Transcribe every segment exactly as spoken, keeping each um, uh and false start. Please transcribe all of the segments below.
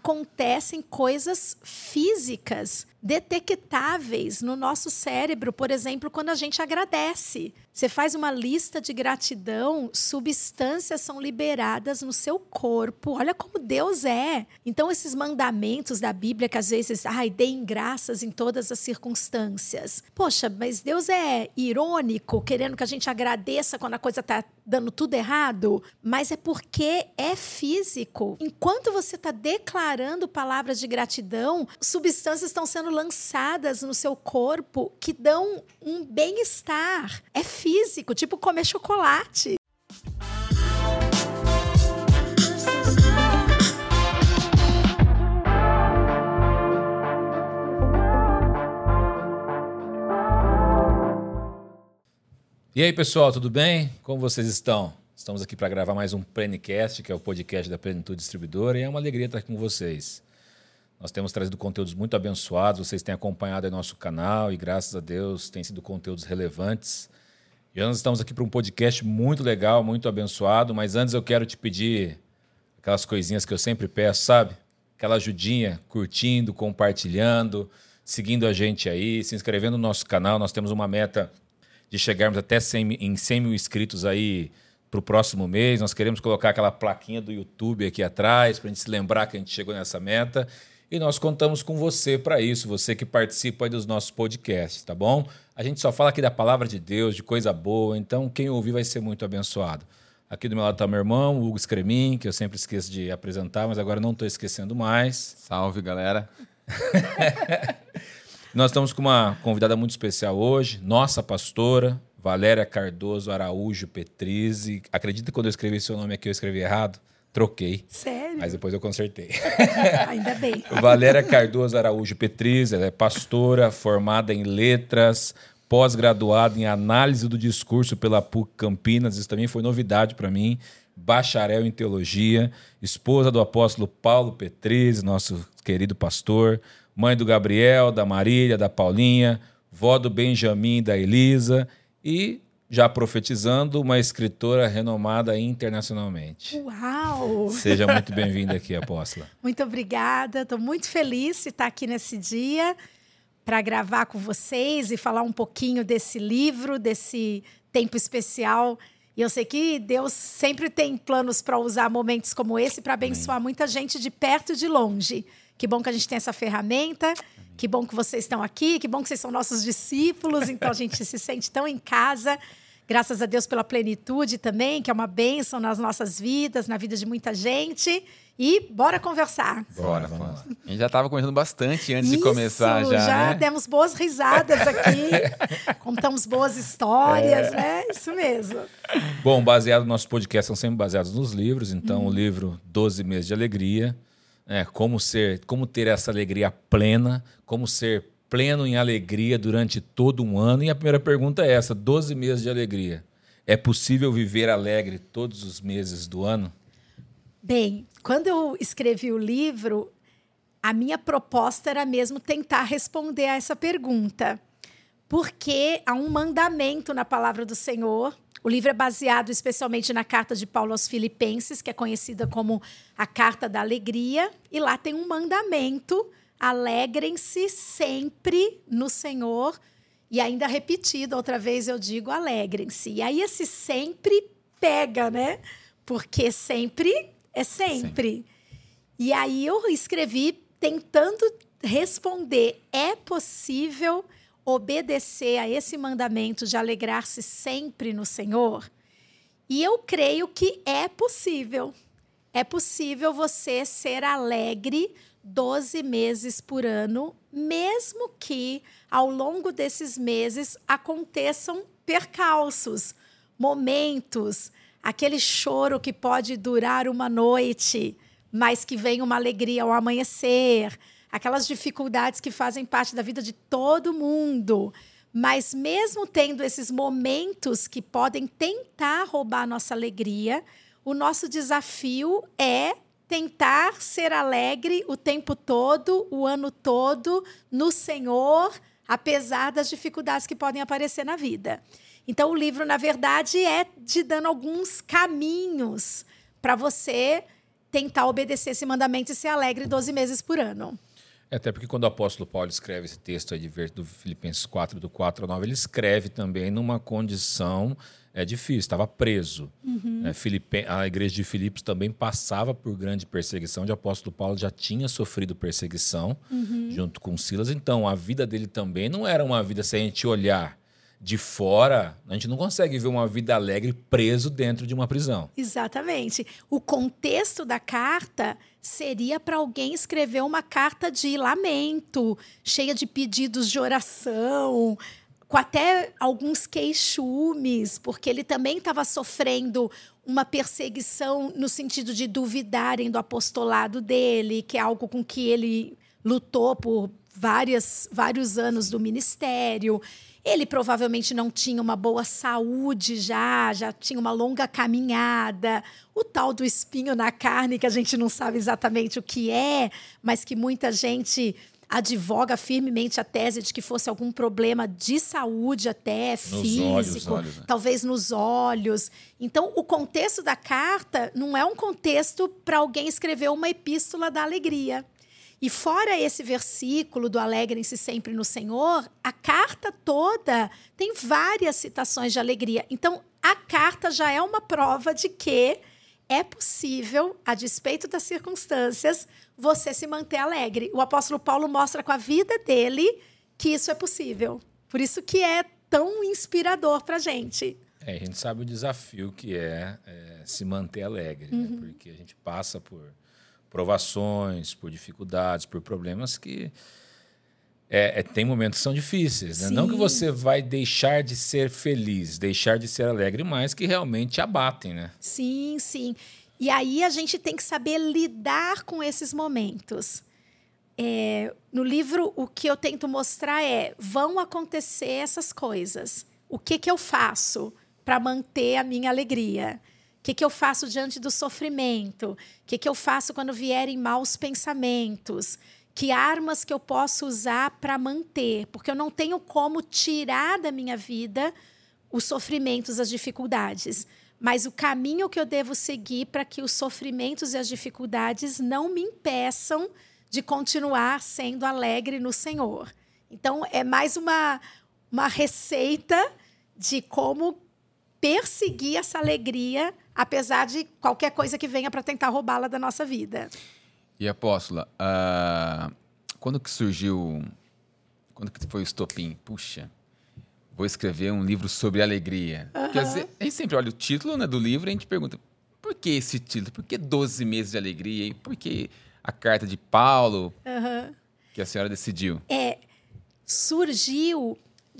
acontecem coisas físicas, detectáveis no nosso cérebro, por exemplo, quando a gente agradece. Você faz uma lista de gratidão, substâncias são liberadas no seu corpo. Olha como Deus é. Então, esses mandamentos da Bíblia que às vezes, ai, deem graças em todas as circunstâncias. Poxa, mas Deus é irônico, querendo que a gente agradeça quando a coisa está dando tudo errado? Mas é porque é físico. Enquanto você está declarando palavras de gratidão, substâncias estão sendo lançadas no seu corpo que dão um bem-estar. É físico, tipo comer chocolate. E aí, pessoal, tudo bem? Como vocês estão? Estamos aqui para gravar mais um Plenicast, que é o podcast da Plenitude Distribuidora, e é uma alegria estar aqui com vocês. Nós temos trazido conteúdos muito abençoados, vocês têm acompanhado aí nosso canal e, graças a Deus, têm sido conteúdos relevantes. E nós estamos aqui para um podcast muito legal, muito abençoado, mas antes eu quero te pedir aquelas coisinhas que eu sempre peço, sabe? Aquela ajudinha, curtindo, compartilhando, seguindo a gente aí, se inscrevendo no nosso canal. Nós temos uma meta de chegarmos até cem, em cem mil inscritos aí para o próximo mês. Nós queremos colocar aquela plaquinha do YouTube aqui atrás para a gente se lembrar que a gente chegou nessa meta. E nós contamos com você para isso, você que participa aí dos nossos podcasts, tá bom? A gente só fala aqui da palavra de Deus, de coisa boa, então quem ouvir vai ser muito abençoado. Aqui do meu lado está meu irmão, o Hugo Scremin, que eu sempre esqueço de apresentar, mas agora não estou esquecendo mais. Salve, galera! Nós estamos com uma convidada muito especial hoje, nossa pastora, Valéria Cardoso Araújo Petrizzi. Acredita que quando eu escrevi seu nome aqui eu escrevi errado? Troquei. Sério? Mas depois eu consertei. Ainda bem. Valéria Cardoso Araújo Petrizzi, ela é pastora, formada em letras, pós-graduada em análise do discurso pela P U C Campinas, isso também foi novidade para mim, bacharel em teologia, esposa do apóstolo Paulo Petrizzi, nosso querido pastor, mãe do Gabriel, da Marília, da Paulinha, vó do Benjamin e da Elisa e, já profetizando, uma escritora renomada internacionalmente. Uau! Seja muito bem-vinda aqui, apóstola. Muito obrigada, estou muito feliz de estar aqui nesse dia para gravar com vocês e falar um pouquinho desse livro, desse tempo especial. E eu sei que Deus sempre tem planos para usar momentos como esse para abençoar Amém. Muita gente de perto e de longe. Que bom que a gente tem essa ferramenta, Amém. Que bom que vocês estão aqui, que bom que vocês são nossos discípulos, então a gente se sente tão em casa. Graças a Deus pela plenitude também, que é uma bênção nas nossas vidas, na vida de muita gente. E bora conversar. Bora, bora. A gente já estava conversando bastante antes Isso, de começar já, já né? demos boas risadas aqui, contamos boas histórias, é. né? Isso mesmo. Bom, baseado nos nossos podcasts são sempre baseados nos livros, então hum. o livro doze meses de Alegria, é, como ser, como ter essa alegria plena, como ser pleno em alegria durante todo um ano. E a primeira pergunta é essa, doze meses de alegria. É possível viver alegre todos os meses do ano? Bem, quando eu escrevi o livro, a minha proposta era mesmo tentar responder a essa pergunta. Porque há um mandamento na palavra do Senhor. O livro é baseado especialmente na carta de Paulo aos Filipenses, que é conhecida como a Carta da Alegria. E lá tem um mandamento: alegrem-se sempre no Senhor. E ainda repetido, outra vez eu digo, alegrem-se. E aí esse sempre pega, né? Porque sempre é sempre. sempre. E aí eu escrevi tentando responder, é possível obedecer a esse mandamento de alegrar-se sempre no Senhor? E eu creio que é possível. É possível você ser alegre doze meses por ano, mesmo que ao longo desses meses aconteçam percalços, momentos, aquele choro que pode durar uma noite, mas que vem uma alegria ao amanhecer, aquelas dificuldades que fazem parte da vida de todo mundo. Mas mesmo tendo esses momentos que podem tentar roubar a nossa alegria, o nosso desafio é tentar ser alegre o tempo todo, o ano todo, no Senhor, apesar das dificuldades que podem aparecer na vida. Então, o livro, na verdade, é te dando alguns caminhos para você tentar obedecer esse mandamento e ser alegre doze meses por ano. É, até porque quando o apóstolo Paulo escreve esse texto aí de, do Filipenses quatro, do quatro ao nove, ele escreve também numa condição é, difícil, estava preso. Uhum. É, Filipe, a igreja de Filipos também passava por grande perseguição, o apóstolo Paulo já tinha sofrido perseguição uhum. junto com Silas, então a vida dele também não era uma vida, se a gente olhar de fora, a gente não consegue ver uma vida alegre preso dentro de uma prisão. Exatamente. O contexto da carta seria para alguém escrever uma carta de lamento, cheia de pedidos de oração, com até alguns queixumes, porque ele também estava sofrendo uma perseguição no sentido de duvidarem do apostolado dele, que é algo com que ele lutou por várias, vários anos do ministério. Ele provavelmente não tinha uma boa saúde já, já tinha uma longa caminhada. O tal do espinho na carne, que a gente não sabe exatamente o que é, mas que muita gente advoga firmemente a tese de que fosse algum problema de saúde até, nos físico, olhos, olhos, né? Talvez nos olhos. Então, o contexto da carta não é um contexto para alguém escrever uma epístola da alegria. E fora esse versículo do alegrem-se sempre no Senhor, a carta toda tem várias citações de alegria. Então, a carta já é uma prova de que é possível, a despeito das circunstâncias, você se manter alegre. O apóstolo Paulo mostra com a vida dele que isso é possível. Por isso que é tão inspirador para a gente. É, a gente sabe o desafio que é, é se manter alegre, uhum. né? Porque a gente passa por provações, por dificuldades, por problemas que é, é, tem momentos que são difíceis. Né? Não que você vai deixar de ser feliz, deixar de ser alegre, mas que realmente abatem. Né? Sim, sim. E aí a gente tem que saber lidar com esses momentos. É, no livro, o que eu tento mostrar é, vão acontecer essas coisas. O que, que eu faço para manter a minha alegria? O que, que eu faço diante do sofrimento? O que, que eu faço quando vierem maus pensamentos? Que armas que eu posso usar para manter? Porque eu não tenho como tirar da minha vida os sofrimentos, as dificuldades. Mas o caminho que eu devo seguir para que os sofrimentos e as dificuldades não me impeçam de continuar sendo alegre no Senhor. Então, é mais uma, uma receita de como perseguir essa alegria, apesar de qualquer coisa que venha para tentar roubá-la da nossa vida. E, apóstola, uh, quando que surgiu, quando que foi o estopim? Puxa, vou escrever um livro sobre alegria. Uh-huh. Quer dizer, a gente sempre olha o título, né, do livro e a gente pergunta, por que esse título? Por que doze meses de alegria? E por que a carta de Paulo uh-huh. que a senhora decidiu? É, surgiu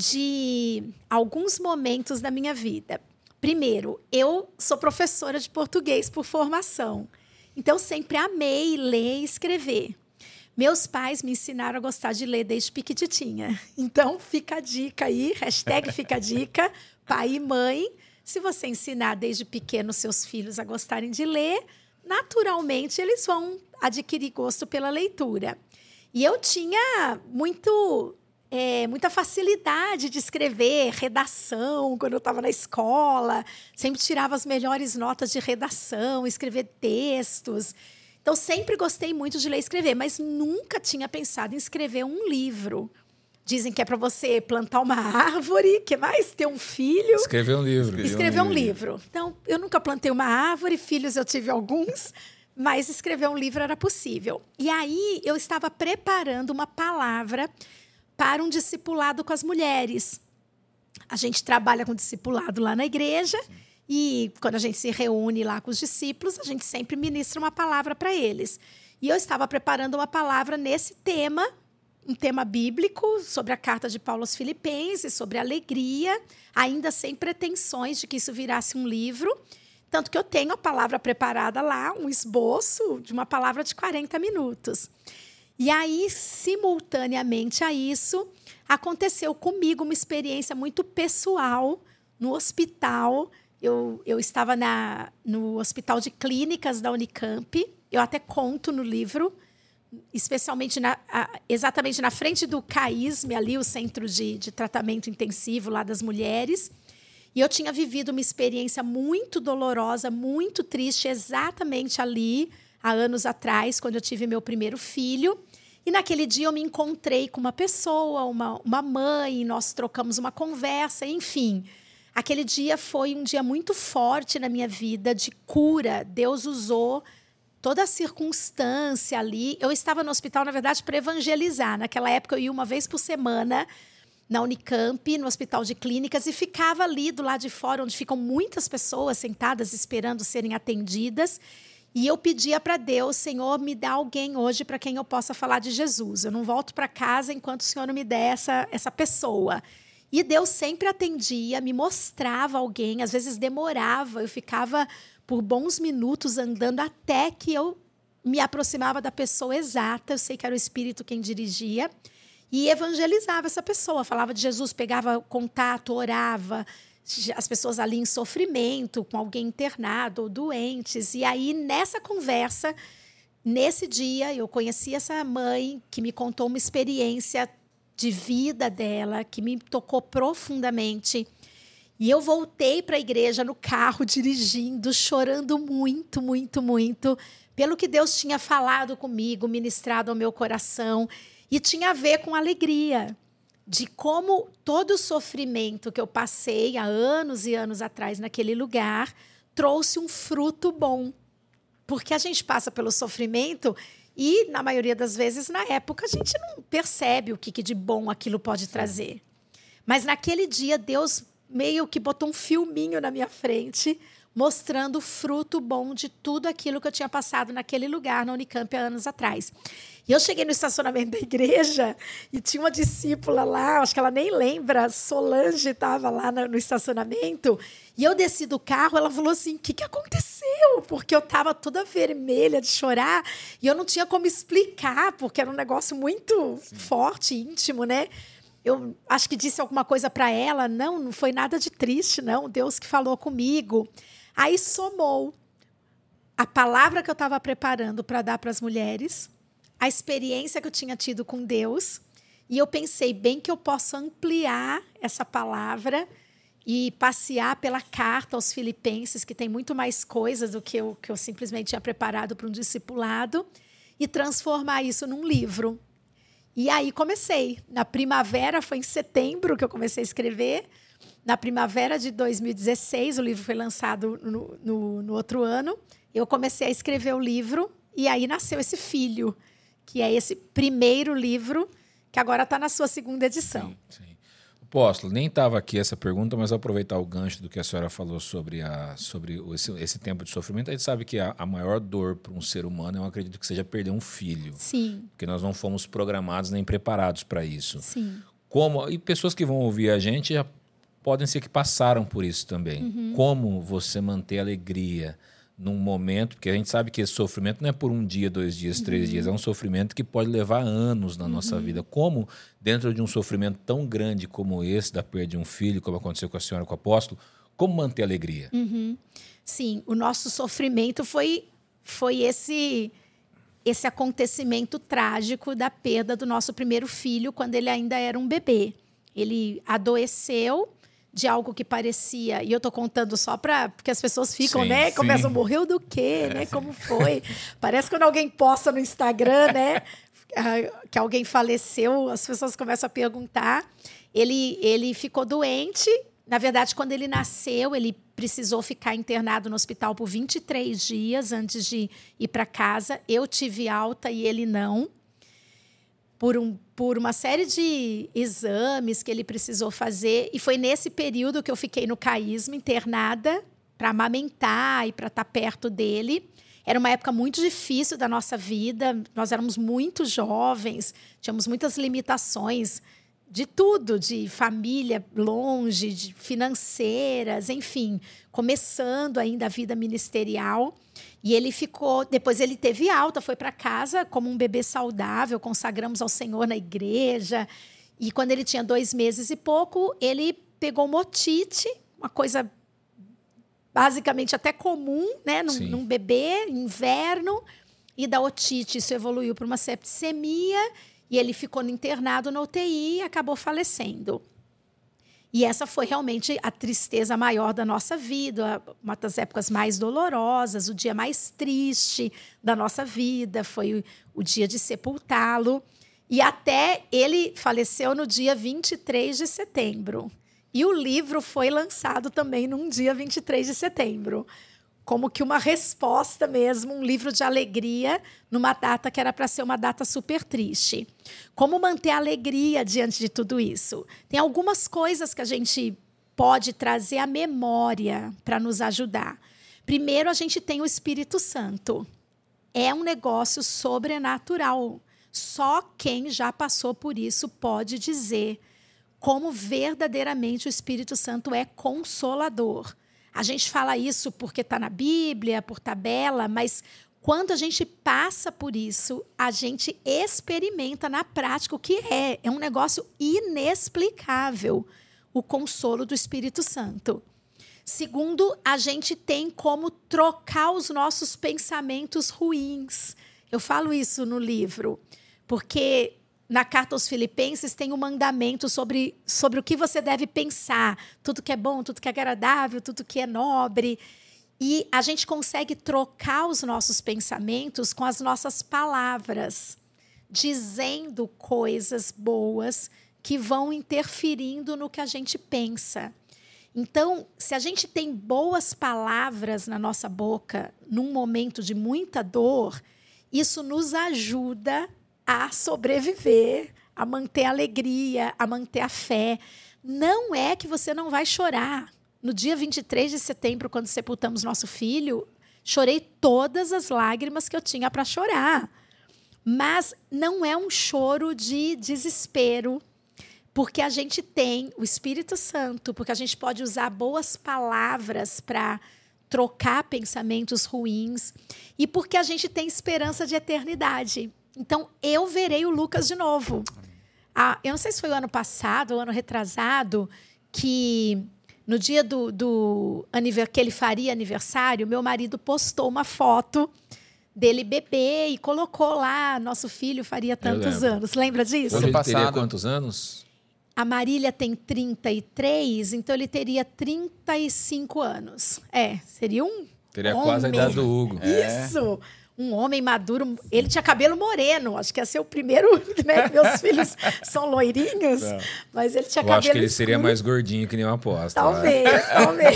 de alguns momentos da minha vida. Primeiro, eu sou professora de português por formação. Então, sempre amei ler e escrever. Meus pais me ensinaram a gostar de ler desde piquititinha. Então, fica a dica aí, hashtag fica a dica, pai e mãe. Se você ensinar desde pequeno seus filhos a gostarem de ler, naturalmente eles vão adquirir gosto pela leitura. E eu tinha muito... É, muita facilidade de escrever, redação, quando eu estava na escola. Sempre tirava as melhores notas de redação, escrever textos. Então, sempre gostei muito de ler e escrever, mas nunca tinha pensado em escrever um livro. Dizem que é para você plantar uma árvore, que mais? Ter um filho. Escrever um livro. Escrever, escrever um, um livro. livro. Então, eu nunca plantei uma árvore, filhos eu tive alguns, mas escrever um livro era possível. E aí, eu estava preparando uma palavra para um discipulado com as mulheres. A gente trabalha com discipulado lá na igreja. Sim. E quando a gente se reúne lá com os discípulos, a gente sempre ministra uma palavra para eles. E eu estava preparando uma palavra nesse tema, um tema bíblico, sobre a carta de Paulo aos Filipenses, sobre alegria, ainda sem pretensões de que isso virasse um livro. Tanto que eu tenho a palavra preparada lá, um esboço de uma palavra de quarenta minutos. E aí, simultaneamente a isso, aconteceu comigo uma experiência muito pessoal no hospital. Eu, eu estava na, no Hospital de Clínicas da Unicamp. Eu até conto no livro, especialmente na, a, exatamente na frente do CAISM, ali, o Centro de, de Tratamento Intensivo lá das Mulheres. E eu tinha vivido uma experiência muito dolorosa, muito triste, exatamente ali, há anos atrás, quando eu tive meu primeiro filho. E naquele dia eu me encontrei com uma pessoa, uma, uma mãe, nós trocamos uma conversa, enfim. Aquele dia foi um dia muito forte na minha vida, de cura. Deus usou toda a circunstância ali. Eu estava no hospital, na verdade, para evangelizar. Naquela época eu ia uma vez por semana na Unicamp, no Hospital de Clínicas, e ficava ali do lado de fora, onde ficam muitas pessoas sentadas esperando serem atendidas. E eu pedia para Deus, Senhor, me dá alguém hoje para quem eu possa falar de Jesus. Eu não volto para casa enquanto o Senhor não me der essa, essa pessoa. E Deus sempre atendia, me mostrava alguém, às vezes demorava, eu ficava por bons minutos andando até que eu me aproximava da pessoa exata, eu sei que era o Espírito quem dirigia, e evangelizava essa pessoa, falava de Jesus, pegava contato, orava, as pessoas ali em sofrimento, com alguém internado ou doentes. E aí, nessa conversa, nesse dia, eu conheci essa mãe que me contou uma experiência de vida dela, que me tocou profundamente. E eu voltei para a igreja no carro, dirigindo, chorando muito, muito, muito, pelo que Deus tinha falado comigo, ministrado ao meu coração. E tinha a ver com alegria, de como todo o sofrimento que eu passei há anos e anos atrás naquele lugar trouxe um fruto bom. Porque a gente passa pelo sofrimento e, na maioria das vezes, na época, a gente não percebe o que, que de bom aquilo pode trazer. Mas naquele dia, Deus meio que botou um filminho na minha frente, mostrando o fruto bom de tudo aquilo que eu tinha passado naquele lugar, na Unicamp, há anos atrás. E eu cheguei no estacionamento da igreja e tinha uma discípula lá, acho que ela nem lembra, Solange estava lá no, no estacionamento, e eu desci do carro, ela falou assim, o que, que aconteceu? Porque eu estava toda vermelha de chorar e eu não tinha como explicar, porque era um negócio muito Sim. forte, íntimo, né? Eu acho que disse alguma coisa para ela, não, não foi nada de triste, não, Deus que falou comigo. Aí somou a palavra que eu estava preparando para dar para as mulheres, a experiência que eu tinha tido com Deus, e eu pensei, bem que eu posso ampliar essa palavra e passear pela carta aos Filipenses, que tem muito mais coisas do que eu, que eu simplesmente tinha preparado para um discipulado, e transformar isso num livro. E aí comecei. Na primavera, foi em setembro que eu comecei a escrever. Na primavera de dois mil e dezesseis, o livro foi lançado no, no, no outro ano, eu comecei a escrever o livro, e aí nasceu esse filho, que é esse primeiro livro, que agora está na sua segunda edição. Sim, sim. Apóstolo, nem estava aqui essa pergunta, mas vou aproveitar o gancho do que a senhora falou sobre, a, sobre esse, esse tempo de sofrimento. A gente sabe que a, a maior dor para um ser humano, eu acredito que seja perder um filho. Sim. Porque nós não fomos programados nem preparados para isso. Sim. Como, e pessoas que vão ouvir a gente já podem ser que passaram por isso também. Uhum. Como você manter alegria num momento, porque a gente sabe que esse sofrimento não é por um dia, dois dias, três uhum. dias, é um sofrimento que pode levar anos na uhum. nossa vida. Como, dentro de um sofrimento tão grande como esse, da perda de um filho, como aconteceu com a senhora, com o apóstolo, como manter alegria? Uhum. Sim, o nosso sofrimento foi, foi esse, esse acontecimento trágico da perda do nosso primeiro filho, quando ele ainda era um bebê. Ele adoeceu de algo que parecia... E eu estou contando só para... Porque as pessoas ficam, sim, né? Sim. Começam, morreu do quê? É, né? Como foi? Parece quando alguém posta no Instagram, né? Que alguém faleceu, as pessoas começam a perguntar. Ele, ele ficou doente. Na verdade, quando ele nasceu, ele precisou ficar internado no hospital por vinte e três dias antes de ir para casa. Eu tive alta e ele não. Por, um, por uma série de exames que ele precisou fazer. E foi nesse período que eu fiquei no caísmo, internada, para amamentar e para estar perto dele. Era uma época muito difícil da nossa vida. Nós éramos muito jovens, tínhamos muitas limitações de tudo, de família longe, de financeiras, enfim, começando ainda a vida ministerial. E ele ficou, depois ele teve alta, foi para casa como um bebê saudável, consagramos ao Senhor na igreja. E quando ele tinha dois meses e pouco, ele pegou uma otite, uma coisa basicamente até comum, né, num, num bebê, inverno, e da otite isso evoluiu para uma septicemia, e ele ficou internado na U T I e acabou falecendo. E essa foi realmente a tristeza maior da nossa vida, uma das épocas mais dolorosas, o dia mais triste da nossa vida, foi o dia de sepultá-lo. E até ele faleceu no dia vinte e três de setembro. E o livro foi lançado também num dia vinte e três de setembro. Como que uma resposta mesmo, um livro de alegria, numa data que era para ser uma data super triste. Como manter a alegria diante de tudo isso? Tem algumas coisas que a gente pode trazer à memória para nos ajudar. Primeiro, a gente tem o Espírito Santo. É um negócio sobrenatural. Só quem já passou por isso pode dizer como verdadeiramente o Espírito Santo é consolador. A gente fala isso porque está na Bíblia, por tabela, mas quando a gente passa por isso, a gente experimenta na prática o que é. É um negócio inexplicável, o consolo do Espírito Santo. Segundo, a gente tem como trocar os nossos pensamentos ruins. Eu falo isso no livro, porque na carta aos Filipenses tem um mandamento sobre, sobre o que você deve pensar. Tudo que é bom, tudo que é agradável, tudo que é nobre. E a gente consegue trocar os nossos pensamentos com as nossas palavras, dizendo coisas boas que vão interferindo no que a gente pensa. Então, se a gente tem boas palavras na nossa boca, num momento de muita dor, isso nos ajuda a sobreviver, a manter a alegria, a manter a fé. Não é que você não vai chorar. No dia vinte e três de setembro, quando sepultamos nosso filho, chorei todas as lágrimas que eu tinha para chorar. Mas não é um choro de desespero, porque a gente tem o Espírito Santo, porque a gente pode usar boas palavras para trocar pensamentos ruins e porque a gente tem esperança de eternidade. Então, eu verei o Lucas de novo. Ah, eu não sei se foi o ano passado ou ano retrasado, que no dia do, do que ele faria aniversário, meu marido postou uma foto dele bebê e colocou lá, nosso filho faria tantos anos. Lembra disso? Hoje ele teria quantos anos? A Marília tem trinta e três, então ele teria trinta e cinco anos. É, seria um Teria homem. Quase a idade do Hugo. Isso! É. Um homem maduro. Ele tinha cabelo moreno. Acho que ia ser o primeiro, né? Meus filhos são loirinhos, não. Mas ele tinha eu cabelo acho que ele escuro. Seria mais gordinho que nem uma aposta. Talvez, né? talvez.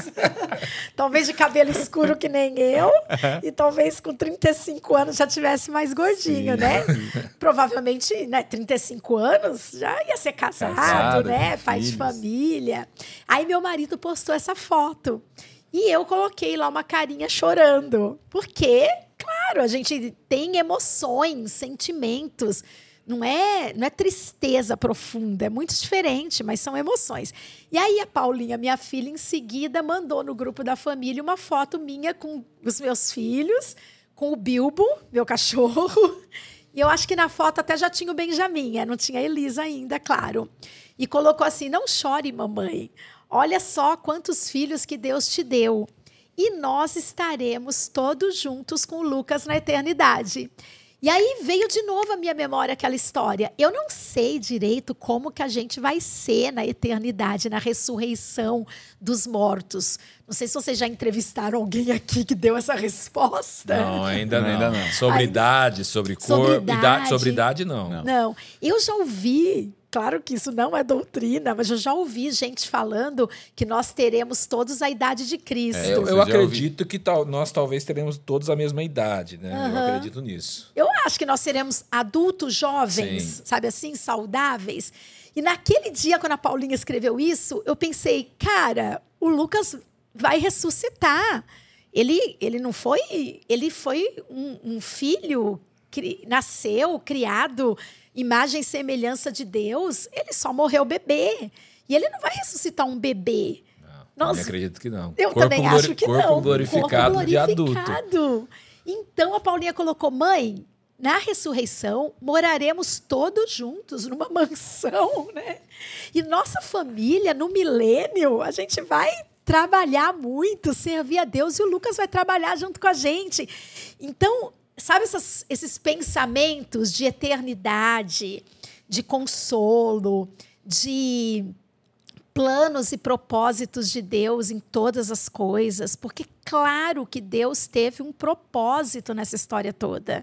Talvez de cabelo escuro que nem eu. E talvez com trinta e cinco anos já tivesse mais gordinho, Sim. né? Provavelmente, né? trinta e cinco anos já ia ser casado, casado né? Pai filhos. De família. Aí meu marido postou essa foto. E eu coloquei lá uma carinha chorando. Por quê? Claro, a gente tem emoções, sentimentos. Não é, não é tristeza profunda, é muito diferente, mas são emoções. E aí a Paulinha, minha filha, em seguida mandou no grupo da família uma foto minha com os meus filhos, com o Bilbo, meu cachorro. E eu acho que na foto até já tinha o Benjamin, não tinha a Elisa ainda, claro. E colocou assim, não chore, mamãe. Olha só quantos filhos que Deus te deu. E nós estaremos todos juntos com o Lucas na eternidade. E aí veio de novo a minha memória aquela história. Eu não sei direito como que a gente vai ser na eternidade, na ressurreição dos mortos. Não sei se vocês já entrevistaram alguém aqui que deu essa resposta. Não, ainda não. Ainda não. Sobre Aí, idade, sobre cor. Sobre idade, idade, sobre idade não. não. Não. Eu já ouvi... Claro que isso não é doutrina, mas eu já ouvi gente falando que nós teremos todos a idade de Cristo. É, eu, eu acredito que tal, nós talvez teremos todos a mesma idade, né? Uhum. Eu acredito nisso. Eu acho que nós seremos adultos, jovens, Sim. sabe assim, saudáveis. E naquele dia, quando a Paulinha escreveu isso, eu pensei, cara, o Lucas vai ressuscitar. Ele, ele não foi... Ele foi um, um filho que nasceu, criado... imagem e semelhança de Deus, ele só morreu bebê. E ele não vai ressuscitar um bebê. Não, Nós, eu acredito que não. Eu corpo também acho que corpo não. Glorificado corpo glorificado de adulto. Então, a Paulinha colocou, mãe, na ressurreição, moraremos todos juntos numa mansão, né? E nossa família, no milênio, a gente vai trabalhar muito, servir a Deus, e o Lucas vai trabalhar junto com a gente. Então... Sabe essas, esses pensamentos de eternidade, de consolo, de planos e propósitos de Deus em todas as coisas, porque claro que Deus teve um propósito nessa história toda.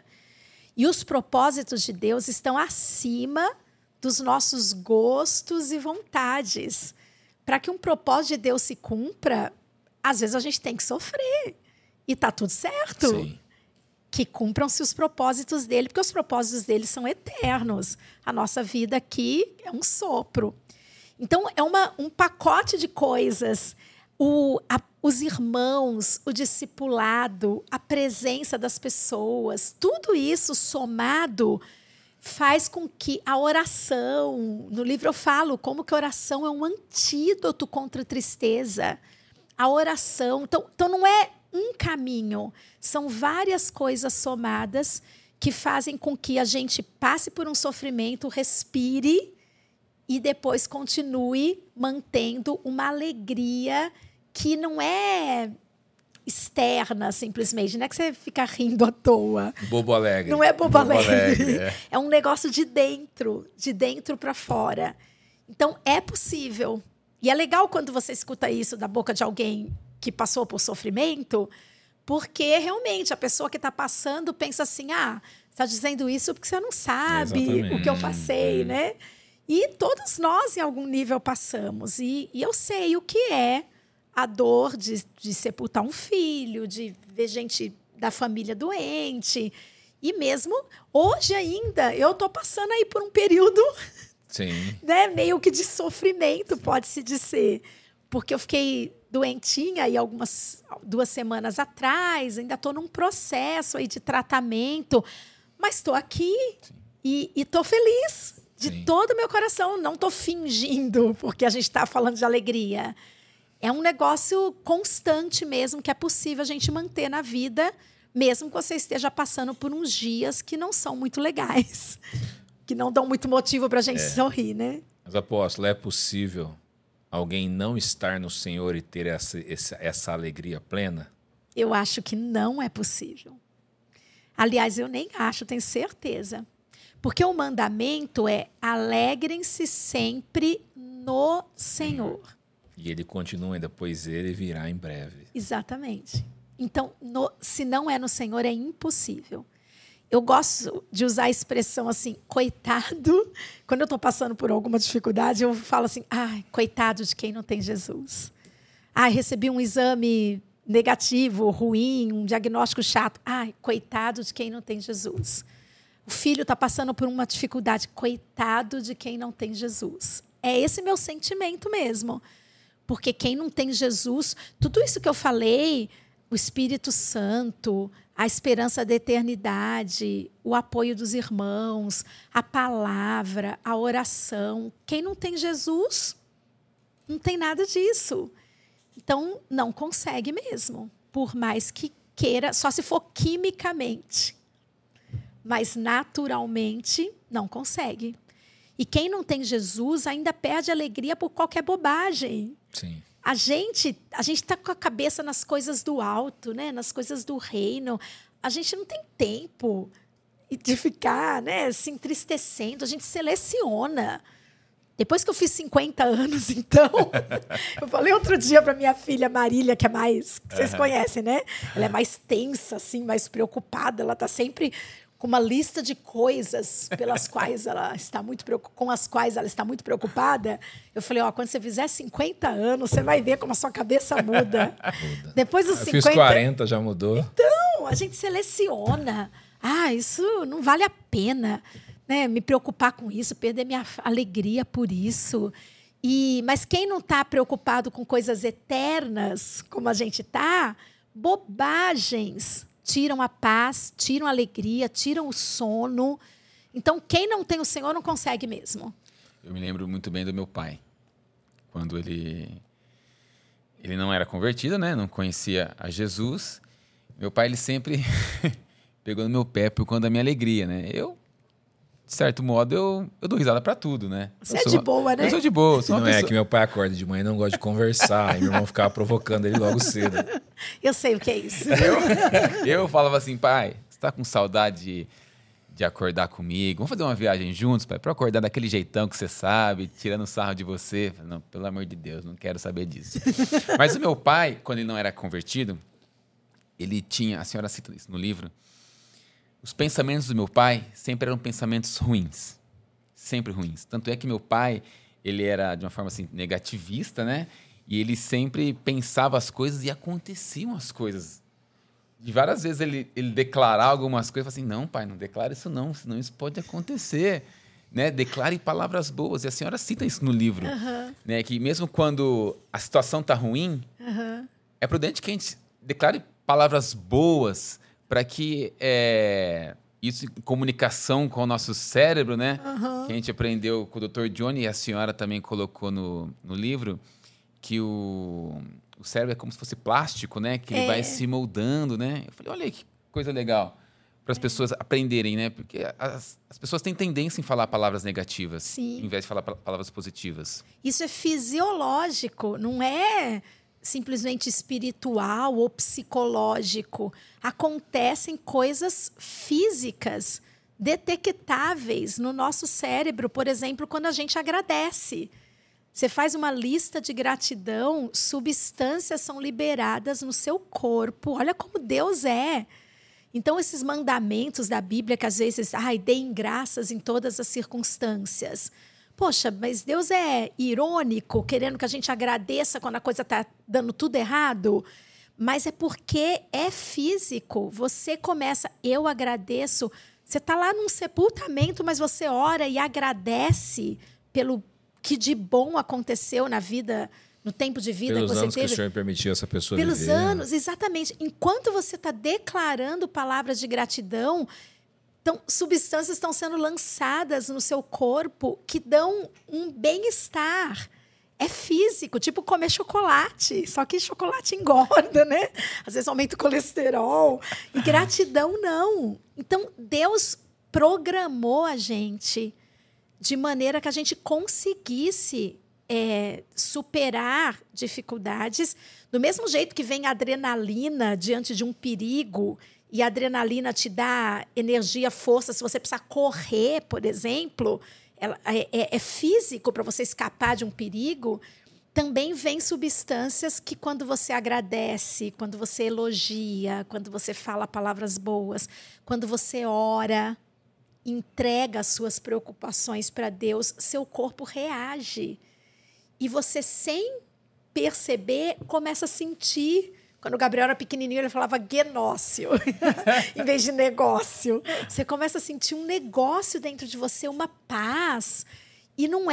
E os propósitos de Deus estão acima dos nossos gostos e vontades. Para que um propósito de Deus se cumpra, às vezes a gente tem que sofrer. E tá tudo certo. Sim. Que cumpram-se os propósitos dele, porque os propósitos dele são eternos. A nossa vida aqui é um sopro. Então, é uma, um pacote de coisas. O, a, os irmãos, o discipulado, a presença das pessoas, tudo isso somado faz com que a oração... No livro eu falo como que a oração é um antídoto contra a tristeza. A oração... Então, então não é um caminho, são várias coisas somadas que fazem com que a gente passe por um sofrimento, respire e depois continue mantendo uma alegria que não é externa, simplesmente. Não é que você fica rindo à toa. Bobo alegre. Não é bobo, bobo alegre. alegre é. É um negócio de dentro, de dentro para fora. Então, é possível. E é legal quando você escuta isso da boca de alguém que passou por sofrimento, porque realmente a pessoa que está passando pensa assim, ah, você está dizendo isso porque você não sabe Exatamente. O que eu passei, né? E todos nós, em algum nível, passamos. E, e eu sei o que é a dor de, de sepultar um filho, de ver gente da família doente. E mesmo hoje ainda, eu estou passando aí por um período Sim. né, meio que de sofrimento, pode-se dizer. Porque eu fiquei doentinha aí algumas duas semanas atrás, ainda estou num processo aí de tratamento, mas estou aqui e estou feliz de Sim. todo o meu coração. Não estou fingindo, porque a gente está falando de alegria. É um negócio constante mesmo, que é possível a gente manter na vida, mesmo que você esteja passando por uns dias que não são muito legais, que não dão muito motivo para a gente É. sorrir, né? Mas, apóstolo, é possível alguém não estar no Senhor e ter essa, essa, essa alegria plena? Eu acho que não é possível. Aliás, eu nem acho, tenho certeza. Porque o mandamento é alegrem-se sempre no Senhor. E ele continua ainda, pois ele virá em breve. Exatamente. Então, no, se não é no Senhor, é impossível. Eu gosto de usar a expressão assim, coitado. Quando eu estou passando por alguma dificuldade, eu falo assim, ai, coitado de quem não tem Jesus. Ai, recebi um exame negativo, ruim, um diagnóstico chato. Ai, coitado de quem não tem Jesus. O filho está passando por uma dificuldade. Coitado de quem não tem Jesus. É esse meu sentimento mesmo. Porque quem não tem Jesus, tudo isso que eu falei, o Espírito Santo, a esperança da eternidade, o apoio dos irmãos, a palavra, a oração. Quem não tem Jesus, não tem nada disso. Então, não consegue mesmo, por mais que queira, só se for quimicamente. Mas, naturalmente, não consegue. E quem não tem Jesus ainda perde alegria por qualquer bobagem. Sim. A gente a gente está com a cabeça nas coisas do alto, né? Nas coisas do reino. A gente não tem tempo de ficar, né, se entristecendo. A gente seleciona. Depois que eu fiz cinquenta anos, então... eu falei outro dia para minha filha Marília, que é mais... que vocês conhecem, né? Ela é mais tensa, assim, mais preocupada. Ela está sempre com uma lista de coisas pelas quais ela está muito preocupada, com as quais ela está muito preocupada. Eu falei, ó, quando você fizer cinquenta anos, você vai ver como a sua cabeça muda. Muda. Depois dos Eu cinquenta... fiz quarenta, já mudou. Então, a gente seleciona. Ah, isso não vale a pena, né? Me preocupar com isso, perder minha alegria por isso. E, mas quem não está preocupado com coisas eternas, como a gente está, bobagens tiram a paz, tiram a alegria, tiram o sono. Então, quem não tem o Senhor não consegue mesmo. Eu me lembro muito bem do meu pai. Quando ele, ele não era convertido, né? Não conhecia a Jesus. Meu pai, ele sempre pegou no meu pé por conta da minha alegria, né? Eu, de certo modo, eu, eu dou risada pra tudo, né? Você Eu é sou de uma- boa, né? Eu sou de boa. Sou Não uma é pessoa- que meu pai acorda de manhã e não gosta de conversar. E meu irmão ficava provocando ele logo cedo. Eu sei o que é isso. Eu, eu falava assim, pai, você tá com saudade de, de acordar comigo. Vamos fazer uma viagem juntos, pai, para acordar daquele jeitão que você sabe, tirando sarro de você. Não, pelo amor de Deus, não quero saber disso. Mas o meu pai, quando ele não era convertido, ele tinha, a senhora cita isso no livro, os pensamentos do meu pai sempre eram pensamentos ruins. Sempre ruins. Tanto é que meu pai, ele era de uma forma assim, negativista, né? E ele sempre pensava as coisas e aconteciam as coisas. De várias vezes ele, ele declarar algumas coisas, assim, não, pai, não declare isso não, senão isso pode acontecer. Né? Declare palavras boas. E a senhora cita isso no livro. Uhum. Né? Que mesmo quando a situação está ruim, uhum. é prudente que a gente declare palavras boas para que é, isso em comunicação com o nosso cérebro, né? Uhum. Que a gente aprendeu com o doutor Johnny e a senhora também colocou no, no livro, que o... O cérebro é como se fosse plástico, né? Que ele é. vai se moldando, né? Eu falei, olha aí que coisa legal. Para as é. pessoas aprenderem, né? Porque as, as pessoas têm tendência em falar palavras negativas, Sim. em vez de falar palavras positivas. Isso é fisiológico, não é simplesmente espiritual ou psicológico. Acontecem coisas físicas, detectáveis no nosso cérebro. Por exemplo, quando a gente agradece. Você faz uma lista de gratidão, substâncias são liberadas no seu corpo. Olha como Deus é. Então, esses mandamentos da Bíblia, que às vezes, ai, deem graças em todas as circunstâncias. Poxa, mas Deus é irônico, querendo que a gente agradeça quando a coisa está dando tudo errado. Mas é porque é físico. Você começa, eu agradeço. Você está lá num sepultamento, mas você ora e agradece pelo que de bom aconteceu na vida, no tempo de vida Pelos que você anos teve. que o Senhor permitiu essa pessoa Pelos viver. anos, exatamente. Enquanto você está declarando palavras de gratidão, então, substâncias estão sendo lançadas no seu corpo que dão um bem-estar. É físico, tipo comer chocolate. Só que chocolate engorda, né? Às vezes aumenta o colesterol. E gratidão, não. Então, Deus programou a gente de maneira que a gente conseguisse é, superar dificuldades. Do mesmo jeito que vem a adrenalina diante de um perigo, e a adrenalina te dá energia, força. Se você precisar correr, por exemplo, ela, é, é, é físico para você escapar de um perigo. Também vem substâncias que, quando você agradece, quando você elogia, quando você fala palavras boas, quando você ora, entrega as suas preocupações para Deus, seu corpo reage. E você, sem perceber, começa a sentir. Quando o Gabriel era pequenininho, ele falava guenócio, em vez de negócio. Você começa a sentir um negócio dentro de você, uma paz. E não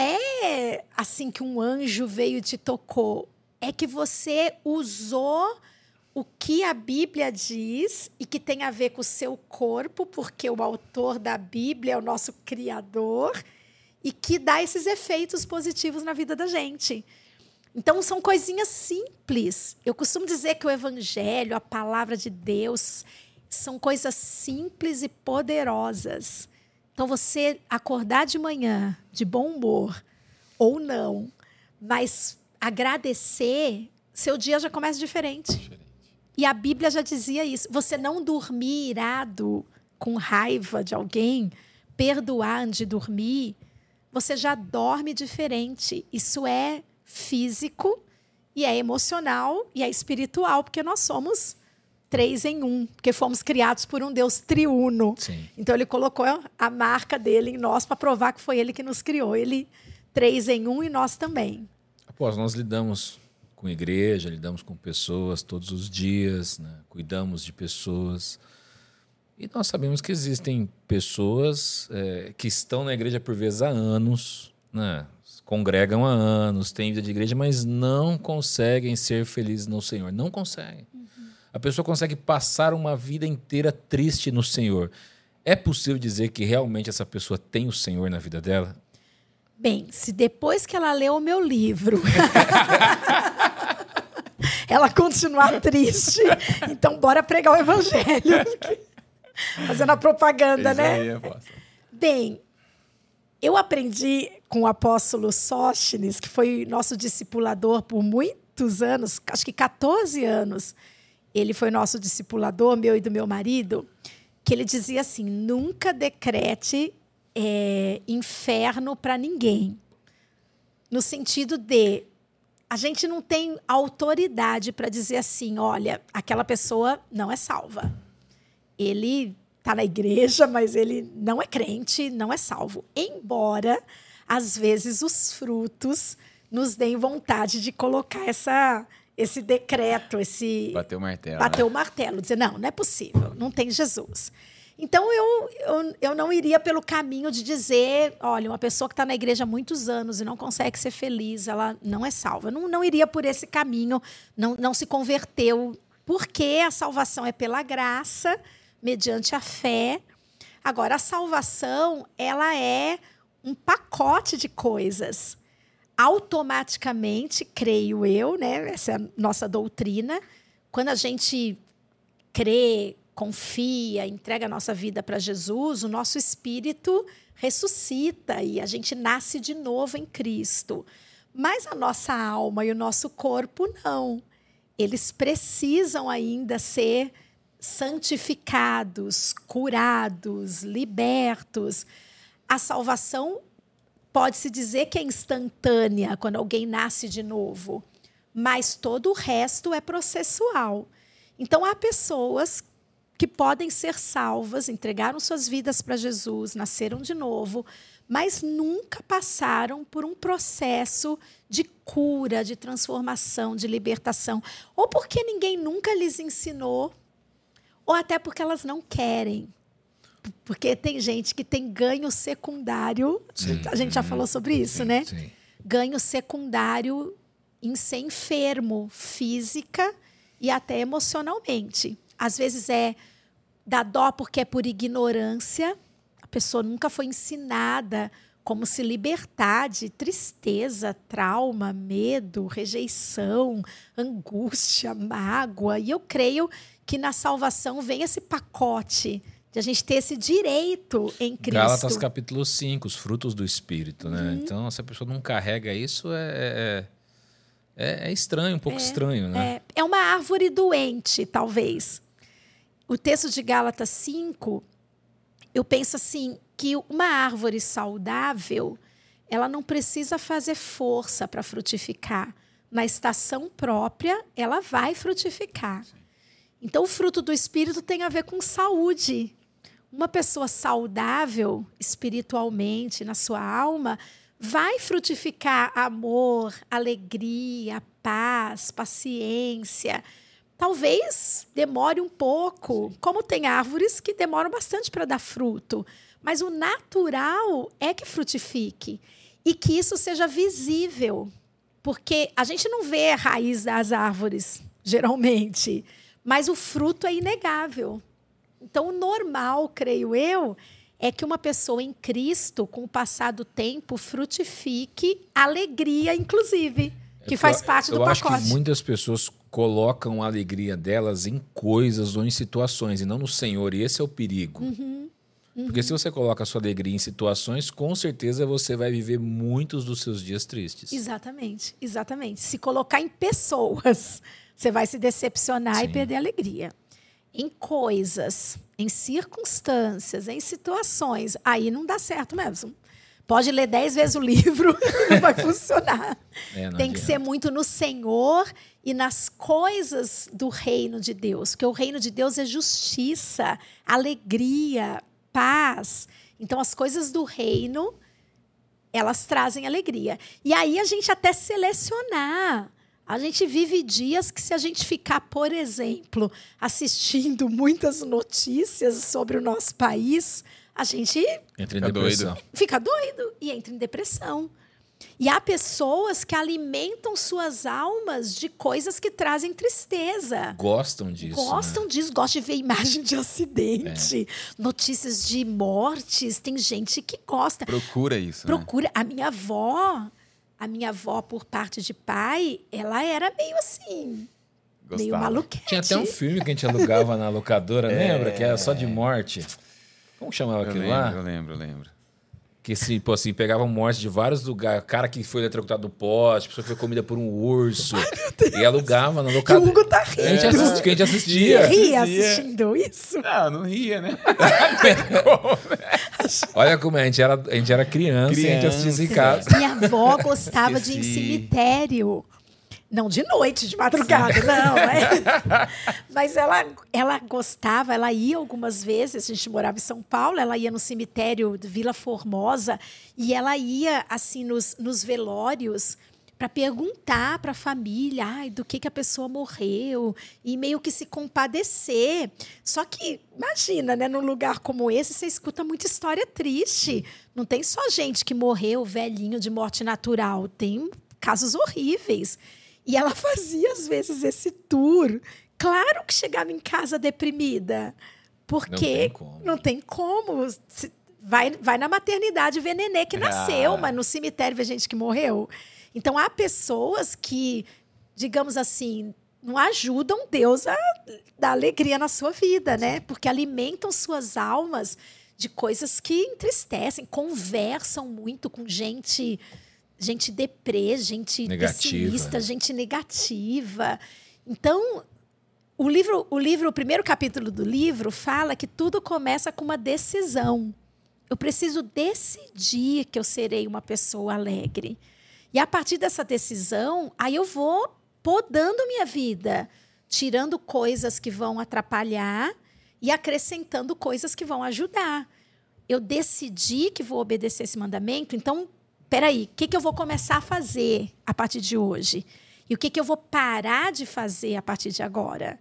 é assim que um anjo veio e te tocou. É que você usou o que a Bíblia diz e que tem a ver com o seu corpo, porque o autor da Bíblia é o nosso Criador, e que dá esses efeitos positivos na vida da gente. Então, são coisinhas simples. Eu costumo dizer que o Evangelho, a palavra de Deus, são coisas simples e poderosas. Então, você acordar de manhã de bom humor ou não, mas agradecer, seu dia já começa diferente. diferente. E a Bíblia já dizia isso. Você não dormir irado, com raiva de alguém, perdoar antes de dormir, você já dorme diferente. Isso é físico, e é emocional, e é espiritual, porque nós somos três em um, porque fomos criados por um Deus triuno. Sim. Então, ele colocou a marca dele em nós para provar que foi ele que nos criou. Ele, três em um, e nós também. Após nós lidamos com igreja, lidamos com pessoas todos os dias, né? Cuidamos de pessoas. E nós sabemos que existem pessoas é, que estão na igreja por vezes há anos, né? Congregam há anos, têm vida de igreja, mas não conseguem ser felizes no Senhor. Não conseguem. Uhum. A pessoa consegue passar uma vida inteira triste no Senhor. É possível dizer que realmente essa pessoa tem o Senhor na vida dela? Bem, se depois que ela leu o meu livro ela continuar triste, então bora pregar o Evangelho. Fazendo a propaganda, né? Bem, eu aprendi com o apóstolo Sóstenes, que foi nosso discipulador por muitos anos, acho que catorze anos. Ele foi nosso discipulador, meu e do meu marido. que ele dizia assim, nunca decrete é, inferno para ninguém. No sentido de, a gente não tem autoridade para dizer assim, olha, aquela pessoa não é salva. Ele está na igreja, mas ele não é crente, não é salvo. Embora, às vezes, os frutos nos deem vontade de colocar essa, esse decreto, esse... Bater o martelo. Bater né? o martelo, dizer, não, não é possível, não tem Jesus. Então, eu, eu, eu não iria pelo caminho de dizer, olha, uma pessoa que está na igreja há muitos anos e não consegue ser feliz, ela não é salva. Eu não, não iria por esse caminho, não, não se converteu, porque a salvação é pela graça, mediante a fé. Agora, a salvação, ela é um pacote de coisas. Automaticamente, creio eu, né? Essa é a nossa doutrina, quando a gente crê, confia, entrega a nossa vida para Jesus, o nosso espírito ressuscita e a gente nasce de novo em Cristo. Mas a nossa alma e o nosso corpo, não. Eles precisam ainda ser santificados, curados, libertos. A salvação pode-se dizer que é instantânea quando alguém nasce de novo, mas todo o resto é processual. Então, há pessoas que podem ser salvas, entregaram suas vidas para Jesus, nasceram de novo, mas nunca passaram por um processo de cura, de transformação, de libertação. Ou porque ninguém nunca lhes ensinou, ou até porque elas não querem. Porque tem gente que tem ganho secundário, sim, a gente já falou sobre isso, sim, né? Sim. Ganho secundário em ser enfermo, física e até emocionalmente. Às vezes é dá dó porque é por ignorância, a pessoa nunca foi ensinada como se libertar de tristeza, trauma, medo, rejeição, angústia, mágoa. E eu creio que na salvação vem esse pacote de a gente ter esse direito em Cristo. Gálatas capítulo cinco, os frutos do Espírito, né? Uhum. Então, se a pessoa não carrega isso, é, é, é estranho, um pouco é, estranho, né? É, é uma árvore doente, talvez. O texto de Gálatas cinco, eu penso assim, que uma árvore saudável, ela não precisa fazer força para frutificar. Na estação própria, ela vai frutificar. Então, o fruto do Espírito tem a ver com saúde. Uma pessoa saudável espiritualmente, na sua alma, vai frutificar amor, alegria, paz, paciência. Talvez demore um pouco, como tem árvores que demoram bastante para dar fruto. Mas o natural é que frutifique e que isso seja visível. Porque a gente não vê a raiz das árvores, geralmente, mas o fruto é inegável. Então, o normal, creio eu, é que uma pessoa em Cristo, com o passar do tempo, frutifique alegria, inclusive, que faz parte do eu pacote. Eu acho que muitas pessoas colocam a alegria delas em coisas ou em situações, e não no Senhor, e esse é o perigo. Uhum, uhum. Porque se você coloca a sua alegria em situações, com certeza você vai viver muitos dos seus dias tristes. Exatamente, exatamente. Se colocar em pessoas, você vai se decepcionar Sim. e perder a alegria. Em coisas, em circunstâncias, em situações, aí não dá certo mesmo. Pode ler dez vezes o livro, não vai funcionar. É, não Tem adianta. Que ser muito no Senhor e nas coisas do reino de Deus. Porque o reino de Deus é justiça, alegria, paz. Então, as coisas do reino, elas trazem alegria. E aí, a gente até selecionar. A gente vive dias que, se a gente ficar, por exemplo, assistindo muitas notícias sobre o nosso país, a gente entra em depressão. Fica doido e entra em depressão. E há pessoas que alimentam suas almas de coisas que trazem tristeza. Gostam disso. Gostam né? disso, gostam de ver imagem de acidente, é. notícias de mortes. Tem gente que gosta. Procura isso. Procura. Né? A minha avó, a minha avó, por parte de pai, ela era meio assim. Gostava. Meio maluquete. Tinha até um filme que a gente alugava na locadora, é. lembra? Que era só de morte. Como chamava eu aquilo lembro, lá? Eu lembro, eu lembro. Que assim, pô, assim, pegavam morte de vários lugares. Cara que foi eletrocutado no poste, pessoa que foi comida por um urso. Ai, e alugava na locadora. O Hugo tá rindo. A gente, assisti, que a gente assistia. Você ria assistindo isso? Não, não ria, né? Olha como é, a gente era, a gente era criança, criança e a gente assistia isso em casa. Minha avó gostava de ir em cemitério. Não de noite, de madrugada, Sim. não. É. Mas ela, ela gostava, ela ia algumas vezes, a gente morava em São Paulo, ela ia no cemitério de Vila Formosa e ela ia assim nos, nos velórios para perguntar para a família ai, do que, que a pessoa morreu e meio que se compadecer. Só que, imagina, né, num lugar como esse, você escuta muita história triste. Não tem só gente que morreu velhinho de morte natural, tem casos horríveis. E ela fazia, às vezes, esse tour. Claro que chegava em casa deprimida. Porque não tem como. Não tem como. Vai, vai na maternidade ver nenê que nasceu, ah. mas no cemitério ver gente que morreu. Então, há pessoas que, digamos assim, não ajudam Deus a dar alegria na sua vida, né? Porque alimentam suas almas de coisas que entristecem, conversam muito com gente... Gente deprê, gente negativa. pessimista, gente negativa. Então, o livro, o livro, o primeiro capítulo do livro fala que tudo começa com uma decisão. Eu preciso decidir que eu serei uma pessoa alegre. E a partir dessa decisão, aí eu vou podando minha vida, tirando coisas que vão atrapalhar e acrescentando coisas que vão ajudar. Eu decidi que vou obedecer esse mandamento, então... Peraí, o que, que eu vou começar a fazer a partir de hoje? E o que, que eu vou parar de fazer a partir de agora?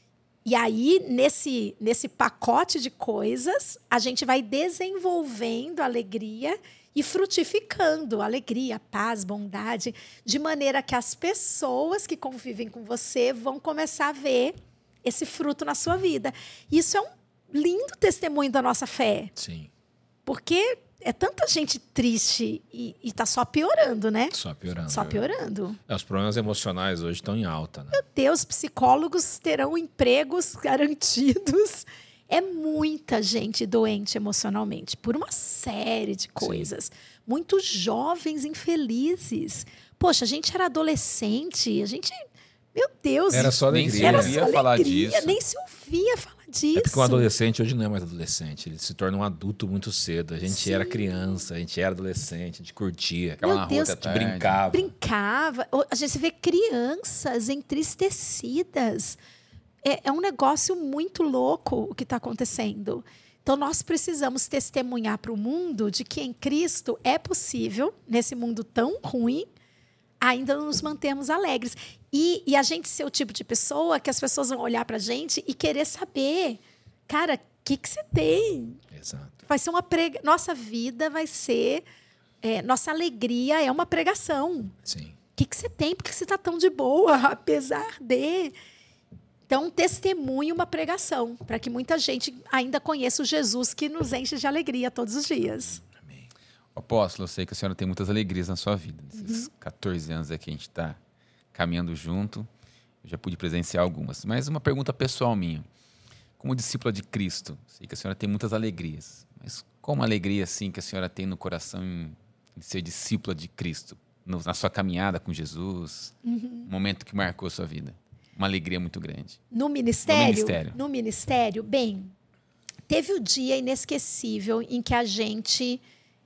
E aí, nesse, nesse pacote de coisas, a gente vai desenvolvendo alegria e frutificando alegria, paz, bondade, de maneira que as pessoas que convivem com você vão começar a ver esse fruto na sua vida. Isso é um lindo testemunho da nossa fé. Sim. Porque... É tanta gente triste e está só piorando, né? Só piorando. Só piorando. É, os problemas emocionais hoje estão em alta, né? Meu Deus, psicólogos terão empregos garantidos. É muita gente doente emocionalmente, por uma série de coisas. Sim. Muitos jovens infelizes. Poxa, a gente era adolescente, a gente... Meu Deus. Era só alegria. Nem se ouvia falar disso. Nem se ouvia falar disso. É porque um adolescente hoje não é mais adolescente. Ele se torna um adulto muito cedo. A gente Sim. era criança, a gente era adolescente, a gente curtia. Ficava na Deus, rua até tarde. Brincava. Brincava. A gente vê crianças entristecidas. É, é um negócio muito louco o que está acontecendo. Então, nós precisamos testemunhar para o mundo de que em Cristo é possível, nesse mundo tão ruim, ainda nos mantermos alegres. E, e a gente ser o tipo de pessoa que as pessoas vão olhar para a gente e querer saber, cara, o que, que você tem? Exato. Vai ser uma prega... Nossa vida vai ser... É, nossa alegria é uma pregação. Sim. O que, que você tem? Por que você está tão de boa, apesar de... Então, testemunhe uma pregação, para que muita gente ainda conheça o Jesus que nos enche de alegria todos os dias. Amém. Apóstolo, eu sei que a senhora tem muitas alegrias na sua vida. Nesses uhum. catorze anos aqui a gente está caminhando junto. Eu já pude presenciar algumas. Mas uma pergunta pessoal minha. Como discípula de Cristo, sei que a senhora tem muitas alegrias. Mas qual uma alegria assim, que a senhora tem no coração em, em ser discípula de Cristo? No, na sua caminhada com Jesus? Uhum. Um momento que marcou a sua vida. Uma alegria muito grande. No ministério? No ministério. No ministério, bem, teve o dia inesquecível em que a gente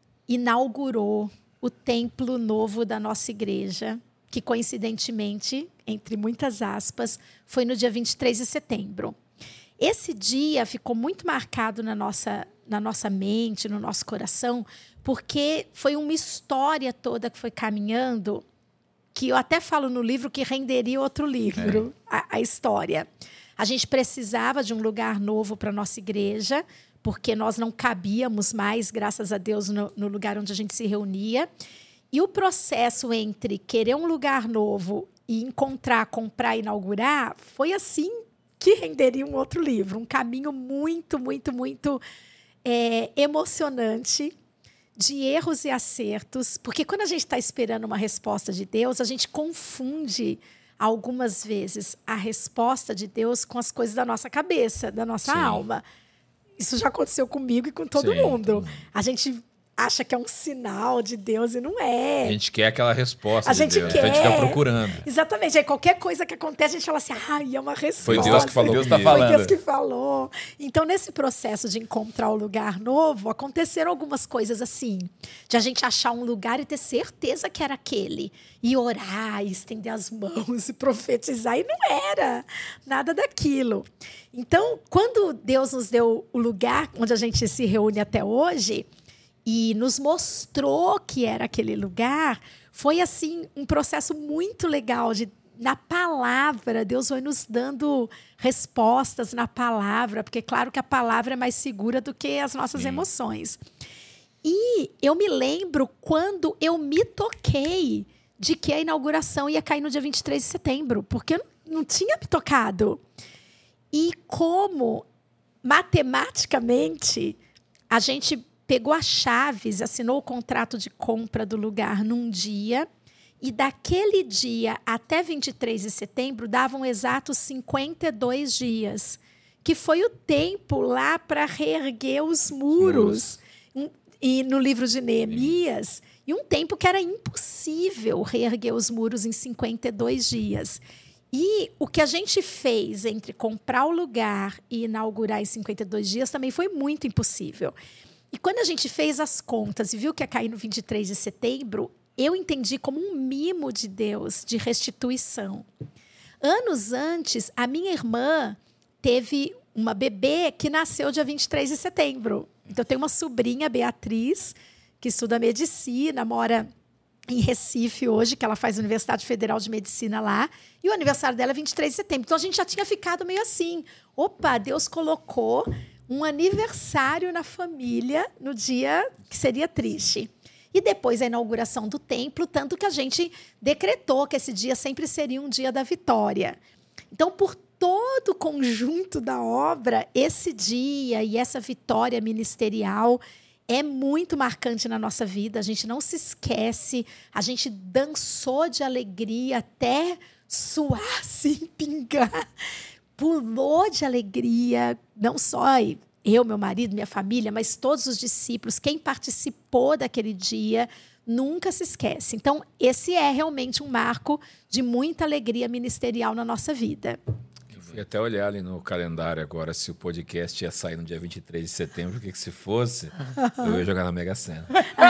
inaugurou o templo novo da nossa igreja, que coincidentemente, entre muitas aspas, foi no dia vinte e três de setembro. Esse dia ficou muito marcado na nossa, na nossa mente, no nosso coração, porque foi uma história toda que foi caminhando, que eu até falo no livro que renderia outro livro, é. a, a história. A gente precisava de um lugar novo para a nossa igreja, porque nós não cabíamos mais, graças a Deus, no, no lugar onde a gente se reunia. E o processo entre querer um lugar novo e encontrar, comprar e inaugurar foi assim que renderia um outro livro. Um caminho muito, muito, muito é, emocionante, de erros e acertos. Porque quando a gente está esperando uma resposta de Deus, a gente confunde algumas vezes a resposta de Deus com as coisas da nossa cabeça, da nossa Sim. alma. Isso já aconteceu comigo e com todo Sim, mundo. Também. A gente acha que é um sinal de Deus e não é. A gente quer aquela resposta A de gente Deus. quer. Então a gente fica procurando. Exatamente. Aí qualquer coisa que acontece, a gente fala assim, ai, é uma resposta. Foi Deus que falou Deus comigo. tá Foi falando. Deus que falou. Então, nesse processo de encontrar o lugar novo, aconteceram algumas coisas assim. De a gente achar um lugar e ter certeza que era aquele. E orar, e estender as mãos, e profetizar. E não era nada daquilo. Então, quando Deus nos deu o lugar onde a gente se reúne até hoje, e nos mostrou que era aquele lugar, foi assim um processo muito legal de na palavra, Deus vai nos dando respostas na palavra, porque claro que a palavra é mais segura do que as nossas Sim. emoções. E eu me lembro quando eu me toquei de que a inauguração ia cair no dia vinte e três de setembro, porque eu não tinha me tocado. E como, matematicamente, a gente pegou as chaves, assinou o contrato de compra do lugar num dia, e daquele dia até vinte e três de setembro davam exatos cinquenta e dois dias, que foi o tempo lá para reerguer os muros. Um, e no livro de Neemias, e um tempo que era impossível reerguer os muros em cinquenta e dois dias. E o que a gente fez entre comprar o lugar e inaugurar em cinquenta e dois dias também foi muito impossível. E quando a gente fez as contas e viu que ia cair no vinte e três de setembro, eu entendi como um mimo de Deus, de restituição. Anos antes, a minha irmã teve uma bebê que nasceu dia vinte e três de setembro. Então, eu tenho uma sobrinha, Beatriz, que estuda medicina, mora em Recife hoje, que ela faz a Universidade Federal de Medicina lá, e o aniversário dela é vinte e três de setembro. Então, a gente já tinha ficado meio assim. Opa, Deus colocou um aniversário na família no dia que seria triste. E depois a inauguração do templo, tanto que a gente decretou que esse dia sempre seria um dia da vitória. Então, por todo o conjunto da obra, esse dia e essa vitória ministerial é muito marcante na nossa vida. A gente não se esquece, a gente dançou de alegria até suar, assim, pingar. Pulou de alegria, não só eu, meu marido, minha família, mas todos os discípulos, quem participou daquele dia, nunca se esquece. Então, esse é realmente um marco de muita alegria ministerial na nossa vida. Eu fui até olhar ali no calendário agora se o podcast ia sair no dia vinte e três de setembro, o que, que se fosse, eu ia jogar na Mega Sena.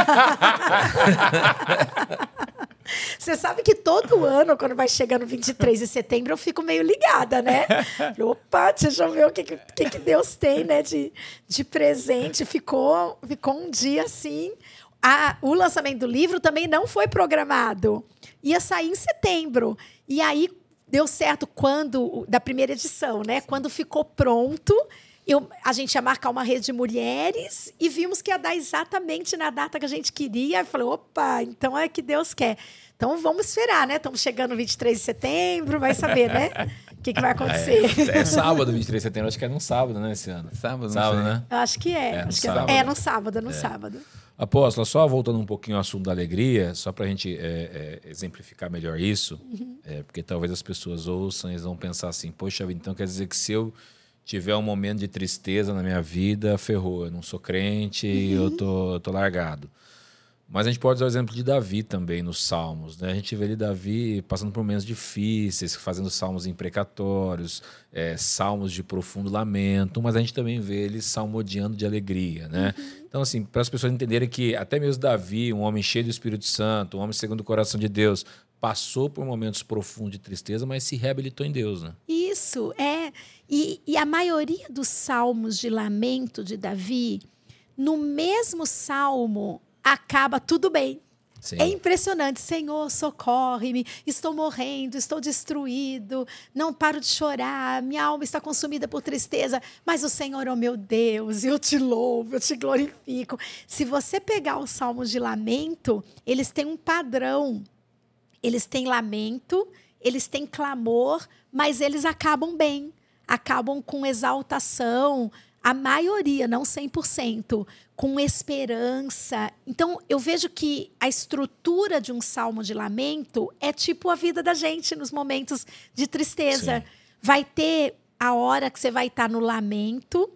Você sabe que todo ano, quando vai chegando vinte e três de setembro, eu fico meio ligada, né? Opa, deixa eu ver o que, que, que Deus tem, né, de, de presente. Ficou, ficou um dia assim. A, o lançamento do livro também não foi programado. Ia sair em setembro. E aí deu certo quando, da primeira edição, né? Quando ficou pronto, eu, a gente ia marcar uma rede de mulheres e vimos que ia dar exatamente na data que a gente queria. Eu falei, opa, então é que Deus quer. Então vamos esperar, né? Estamos chegando no vinte e três de setembro, vai saber, né? O que, que vai acontecer. É, é sábado, vinte e três de setembro, acho que é num sábado, né, esse ano? Sábado, sábado, né? Eu acho que é. É, acho no que sábado. é, é no sábado, é no É. sábado. Apóstola, só voltando um pouquinho ao assunto da alegria, só para a gente é, é, exemplificar melhor isso, uhum. é, porque talvez as pessoas ouçam e vão pensar assim, poxa, então quer dizer que se eu tiver um momento de tristeza na minha vida, ferrou, eu não sou crente e uhum. eu tô, eu tô largado. Mas a gente pode usar o exemplo de Davi também nos Salmos, né? A gente vê ali Davi passando por momentos difíceis, fazendo salmos imprecatórios, é, salmos de profundo lamento, mas a gente também vê ele salmodiando de alegria, né? Uhum. Então, assim, para as pessoas entenderem que até mesmo Davi, um homem cheio do Espírito Santo, um homem segundo o coração de Deus, passou por momentos profundos de tristeza, mas se reabilitou em Deus, né? Isso, é. E, e a maioria dos salmos de lamento de Davi, no mesmo salmo, acaba tudo bem. Sim. É impressionante. Senhor, socorre-me. Estou morrendo, estou destruído. Não paro de chorar. Minha alma está consumida por tristeza. Mas o Senhor é o meu Deus. Eu te louvo, eu te glorifico. Se você pegar os salmos de lamento, eles têm um padrão. Eles têm lamento, eles têm clamor, mas eles acabam bem. Acabam com exaltação. A maioria, não cem por cento, com esperança. Então, eu vejo que a estrutura de um salmo de lamento é tipo a vida da gente nos momentos de tristeza. Sim. Vai ter a hora que você vai estar no lamento,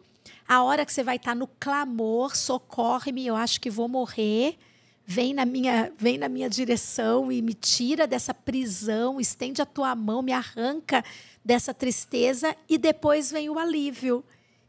A hora que você vai estar no clamor, socorre-me, eu acho que vou morrer. Vem na minha, vem na minha direção e me tira dessa prisão, estende a tua mão, me arranca dessa tristeza e depois vem o alívio.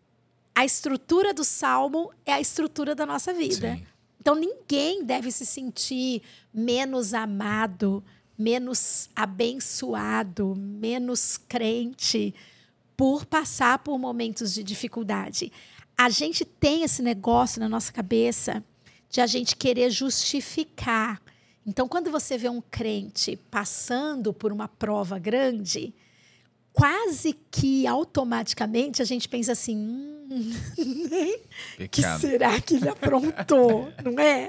A estrutura do Salmo é a estrutura da nossa vida. Sim. Então, ninguém deve se sentir menos amado, menos abençoado, menos crente por passar por momentos de dificuldade. A gente tem esse negócio na nossa cabeça de a gente querer justificar. Então, quando você vê um crente passando por uma prova grande, quase que automaticamente a gente pensa assim, hum, que será que ele aprontou, não é?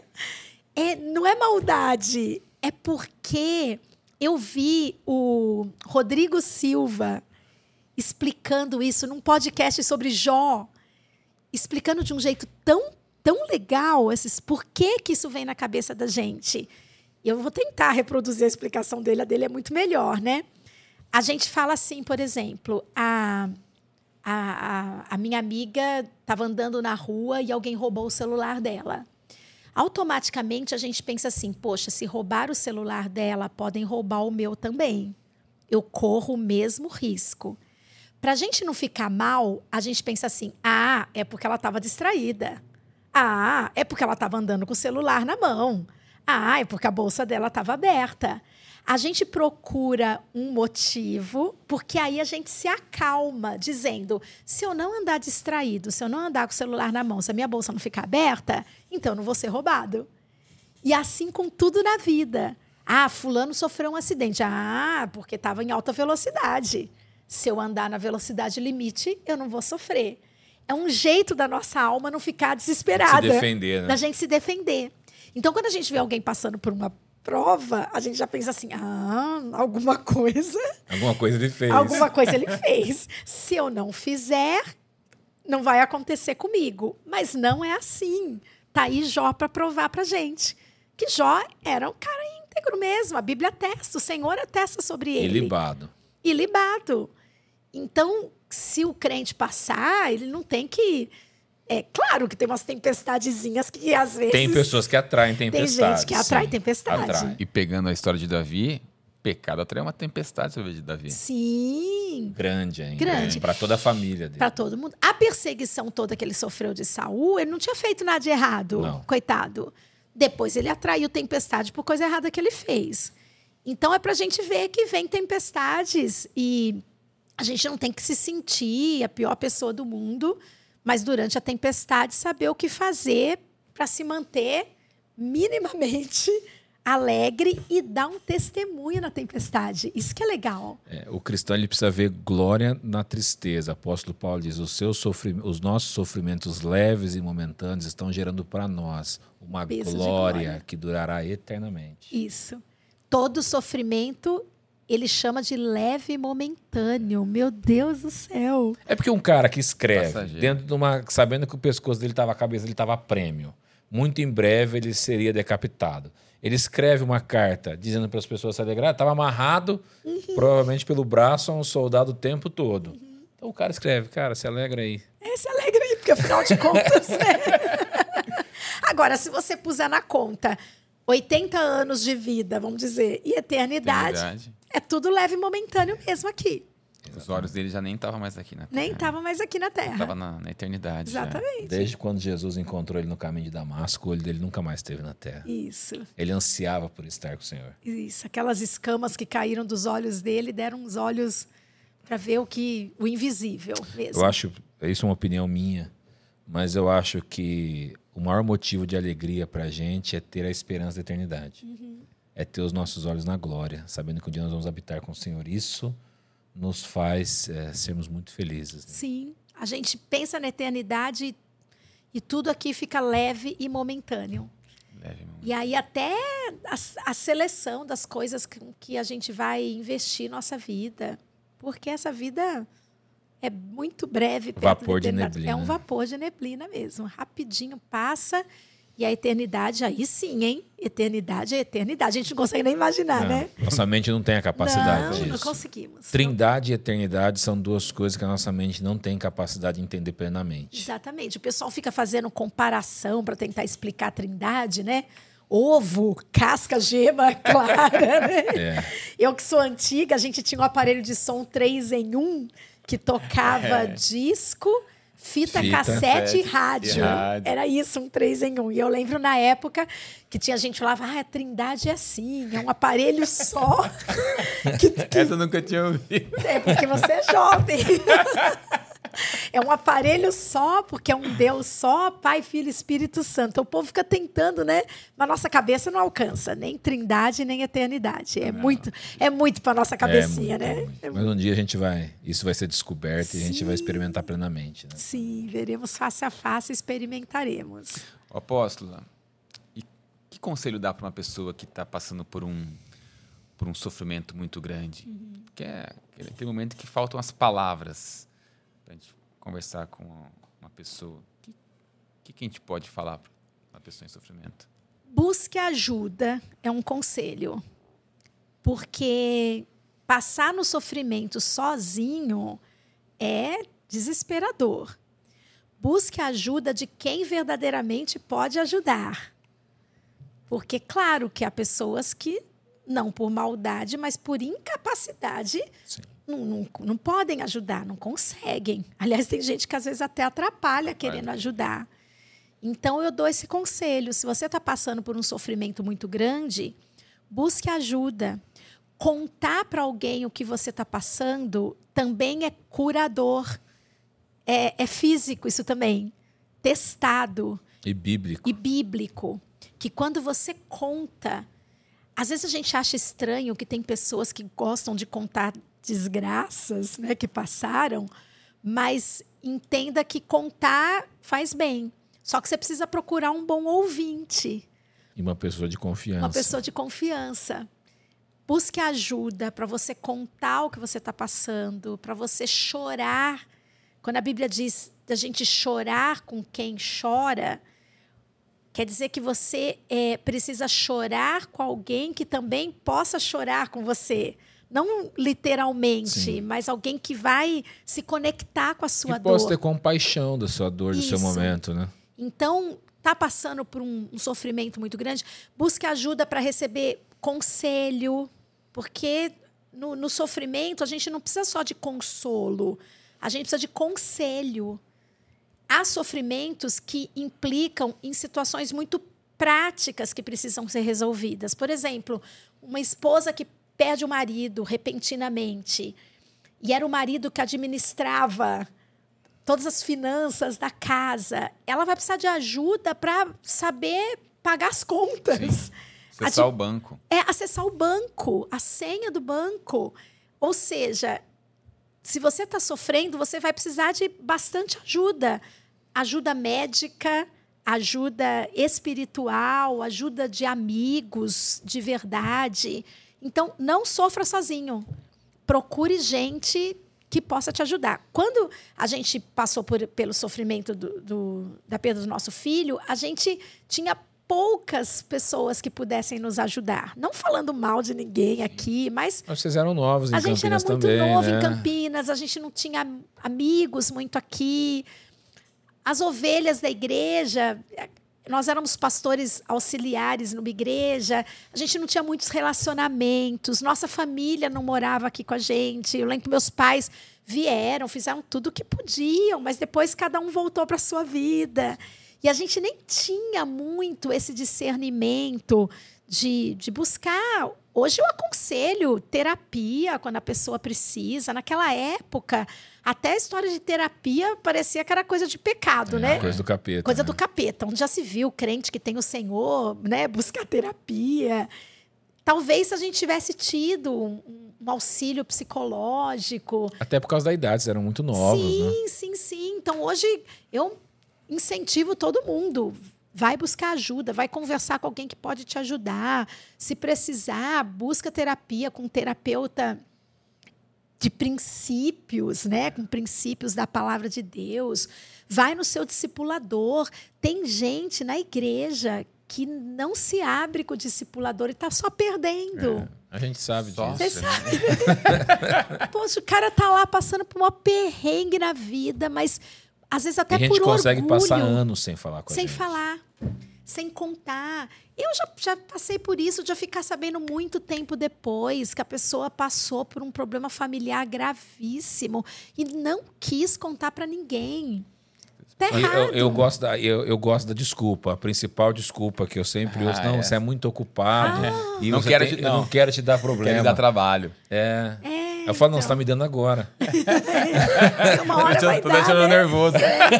é? Não é maldade, é porque eu vi o Rodrigo Silva explicando isso num podcast sobre Jó, explicando de um jeito tão, tão legal esses, por que, que isso vem na cabeça da gente. Eu vou tentar reproduzir a explicação dele, a dele é muito melhor, né? A gente fala assim, por exemplo, a, a, a, a minha amiga estava andando na rua e alguém roubou o celular dela. Automaticamente, a gente pensa assim, poxa, se roubar o celular dela, podem roubar o meu também. Eu corro o mesmo risco. Para a gente não ficar mal, a gente pensa assim, ah, é porque ela estava distraída. Ah, é porque ela estava andando com o celular na mão. Ah, é porque a bolsa dela estava aberta. A gente procura um motivo, porque aí a gente se acalma, dizendo, se eu não andar distraído, se eu não andar com o celular na mão, se a minha bolsa não ficar aberta, então eu não vou ser roubado. E assim com tudo na vida. Ah, fulano sofreu um acidente. Ah, porque estava em alta velocidade. Se eu andar na velocidade limite, eu não vou sofrer. É um jeito da nossa alma não ficar desesperada. Se defender, né? Da gente se defender. Então, quando a gente vê alguém passando por uma prova, a gente já pensa assim, ah, alguma coisa... Alguma coisa ele fez. Alguma coisa ele fez. Se eu não fizer, não vai acontecer comigo. Mas não é assim. Tá aí Jó para provar pra gente. Que Jó era um cara íntegro mesmo. A Bíblia atesta, o Senhor atesta sobre ele. Ilibado. Ilibado. Então, se o crente passar, ele não tem que... É claro que tem umas tempestadezinhas que às vezes... Tem pessoas que atraem tempestades. Tem gente que atrai sim, tempestade. atrai. E pegando a história de Davi, pecado atrai uma tempestade sobre a vida de Davi. Sim. Grande ainda. Grande. Para toda a família dele. Para todo mundo. A perseguição toda que ele sofreu de Saul, ele não tinha feito nada de errado, Não. coitado. Depois ele atraiu tempestade por coisa errada que ele fez. Então é para a gente ver que vem tempestades e a gente não tem que se sentir a pior pessoa do mundo, mas durante a tempestade saber o que fazer para se manter minimamente alegre e dar um testemunho na tempestade. Isso que é legal. É, o cristão ele precisa ver glória na tristeza. O apóstolo Paulo diz, os, seus sofrim- os nossos sofrimentos leves e momentâneos estão gerando para nós uma Peso de glória, glória. que durará eternamente. Isso. Todo sofrimento ele chama de leve e momentâneo. Meu Deus do céu. É porque um cara que escreve, Passageiro. dentro de uma, sabendo que o pescoço dele estava, a cabeça dele estava a prêmio, muito em breve ele seria decapitado. Ele escreve uma carta dizendo para as pessoas se alegrar, estava amarrado, Uhum. provavelmente pelo braço, a um soldado o tempo todo. Uhum. Então o cara escreve, cara, se alegra aí. É, se alegra aí, porque afinal de contas... né? Agora, se você puser na conta oitenta anos de vida, vamos dizer, e eternidade, Eternidade. é tudo leve e momentâneo mesmo aqui. Os olhos dele já nem estavam mais aqui na Terra. Nem estava mais aqui na Terra. Estava na, na eternidade. já. Exatamente. Desde quando Jesus encontrou ele no caminho de Damasco, o olho dele nunca mais esteve na terra. Isso, Ele ansiava por estar com o Senhor. isso. Aquelas escamas que caíram dos olhos dele deram os olhos para ver o que o invisível mesmo. Eu acho, isso é uma opinião minha, mas eu acho que o maior motivo de alegria para a gente é ter a esperança da eternidade. Uhum. É ter os nossos olhos na glória, sabendo que um dia nós vamos habitar com o Senhor. Isso nos faz é, sermos muito felizes. Né? Sim, a gente pensa na eternidade e tudo aqui fica leve e momentâneo. Leve, mano. E aí até a, a seleção das coisas que, que a gente vai investir nossa vida. Porque essa vida é muito breve. Perto Vapor da de eternidade. neblina. É um vapor de neblina mesmo. Rapidinho passa E a eternidade, aí sim, hein? Eternidade é eternidade. A gente não consegue nem imaginar, Não, né? nossa mente não tem a capacidade Não, disso. não conseguimos. Trindade e eternidade são duas coisas que a nossa mente não tem capacidade de entender plenamente. Exatamente. O pessoal fica fazendo comparação para tentar explicar a trindade, né? Ovo, casca, gema, clara, né? É. Eu que sou antiga, a gente tinha um aparelho de som três em um que tocava É. disco, fita, Fita, cassete e e rádio. rádio. Era isso, um três em um. E eu lembro na época que tinha gente que falava, ah, a trindade é assim, é um aparelho só. que, que- Essa eu nunca tinha ouvido. É porque você é jovem. É um aparelho só, porque é um Deus só, Pai, Filho e Espírito Santo. O povo fica tentando, né? Mas nossa cabeça não alcança nem trindade, nem eternidade. É muito, é muito para nossa cabecinha, É muito, né? é muito. É Mas um dia a gente vai, isso vai ser descoberto e a gente Sim. vai experimentar plenamente. Né? Sim, veremos face a face e experimentaremos. Ô, apóstola, e que conselho dá para uma pessoa que está passando por um, por um sofrimento muito grande? Que é aquele aquele momento que faltam as palavras para a gente conversar com uma pessoa. O que, que, que a gente pode falar para uma pessoa em sofrimento? Busque ajuda é um conselho. Porque passar no sofrimento sozinho é desesperador. Busque a ajuda de quem verdadeiramente pode ajudar. Porque, claro, que há pessoas que, não por maldade, mas por incapacidade, Sim. não, não, não podem ajudar, não conseguem. Aliás, tem gente que às vezes até atrapalha querendo ajudar. Então, eu dou esse conselho. Se você está passando por um sofrimento muito grande, busque ajuda. Contar para alguém o que você está passando também é curador. É, é físico isso também. Testado E bíblico. e bíblico. Que quando você conta... Às vezes a gente acha estranho que tem pessoas que gostam de contar desgraças, né, que passaram, mas entenda que contar faz bem. Só que você precisa procurar um bom ouvinte, E uma pessoa de confiança. uma pessoa de confiança. Busque ajuda para você contar o que você está passando, para você chorar. Quando a Bíblia diz da gente chorar com quem chora, quer dizer que você é, precisa chorar com alguém que também possa chorar com você. Não literalmente, Sim. mas alguém que vai se conectar com a sua Que dor. possa ter compaixão da sua dor, do seu Isso. momento, né? Então, está passando por um, um sofrimento muito grande, busque ajuda para receber conselho, porque no, no sofrimento a gente não precisa só de consolo, a gente precisa de conselho. Há sofrimentos que implicam em situações muito práticas que precisam ser resolvidas. Por exemplo, uma esposa que perde o marido repentinamente, e era o marido que administrava todas as finanças da casa, ela vai precisar de ajuda para saber pagar as contas. Sim. Acessar o banco. É acessar o banco, a senha do banco. Ou seja, se você está sofrendo, você vai precisar de bastante ajuda. Ajuda médica, ajuda espiritual, ajuda de amigos de verdade. Então, não sofra sozinho. Procure gente que possa te ajudar. Quando a gente passou por, pelo sofrimento do, do, da perda do nosso filho, a gente tinha poucas pessoas que pudessem nos ajudar. Não falando mal de ninguém aqui, mas... Mas vocês eram novos em a gente Campinas era muito também, novo né? em Campinas, a gente não tinha amigos muito aqui. As ovelhas da igreja... Nós éramos pastores auxiliares numa igreja, a gente não tinha muitos relacionamentos, nossa família não morava aqui com a gente. Eu lembro que meus pais vieram, fizeram tudo o que podiam, mas depois cada um voltou para a sua vida. E a gente nem tinha muito esse discernimento de, de buscar. Hoje eu aconselho terapia quando a pessoa precisa. Naquela época, até a história de terapia parecia que era coisa de pecado, É, né? Coisa do capeta. Coisa né? do capeta. Onde já se viu crente que tem o Senhor, né? Buscar terapia. Talvez se a gente tivesse tido um, um auxílio psicológico. Até por causa da idade, vocês eram muito novos, sim, né? sim, sim. Então, hoje, eu incentivo todo mundo. Vai buscar ajuda, vai conversar com alguém que pode te ajudar. Se precisar, busca terapia com um terapeuta de princípios, né? Com princípios da palavra de Deus. Vai no seu discipulador. Tem gente na igreja que não se abre com o discipulador e está só perdendo. É, a gente sabe Só. disso. Vocês sabem? Poxa, o cara tá lá passando por uma perrengue na vida, mas às vezes até Tem gente por que consegue orgulho, passar anos sem falar com a sem gente. falar, sem contar. Eu já, já passei por isso, de eu ficar sabendo muito tempo depois que a pessoa passou por um problema familiar gravíssimo e não quis contar para ninguém. Tá Eu, errado. eu, eu gosto da, eu, eu gosto da desculpa, a principal desculpa que eu sempre Ah, uso. Não, é. você é muito ocupado. E Não você quero tem- te- eu não. não quero te dar Quer problema. lhe dar trabalho. É. É, Eu falo, não, então. você tá me dando agora. Uma hora vai Tô dar, deixando né? nervoso.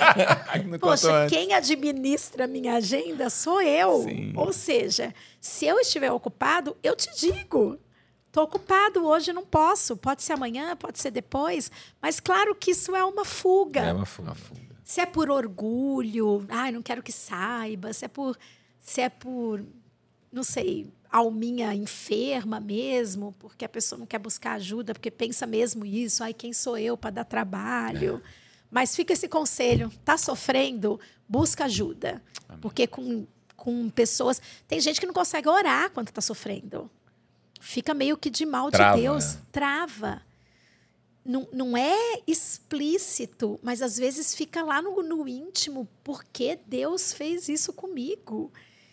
Não Poxa, contou antes. quem administra a minha agenda sou eu. Sim. Ou seja, se eu estiver ocupado, eu te digo. Estou ocupado hoje, não posso. Pode ser amanhã, pode ser depois. Mas claro que isso é uma fuga. É uma fuga. Se é por orgulho, ai, não quero que saiba. Se é por, se é por, não sei, alminha enferma mesmo, porque a pessoa não quer buscar ajuda, porque pensa mesmo isso. Ai, quem sou eu para dar trabalho? É. Mas fica esse conselho. Tá sofrendo? Busca ajuda. Amém. Porque com, com pessoas... Tem gente que não consegue orar quando está sofrendo. Fica meio que de mal Trava, de Deus. né? Trava. Não, não é explícito, mas às vezes fica lá no, no íntimo, porque Deus fez isso comigo.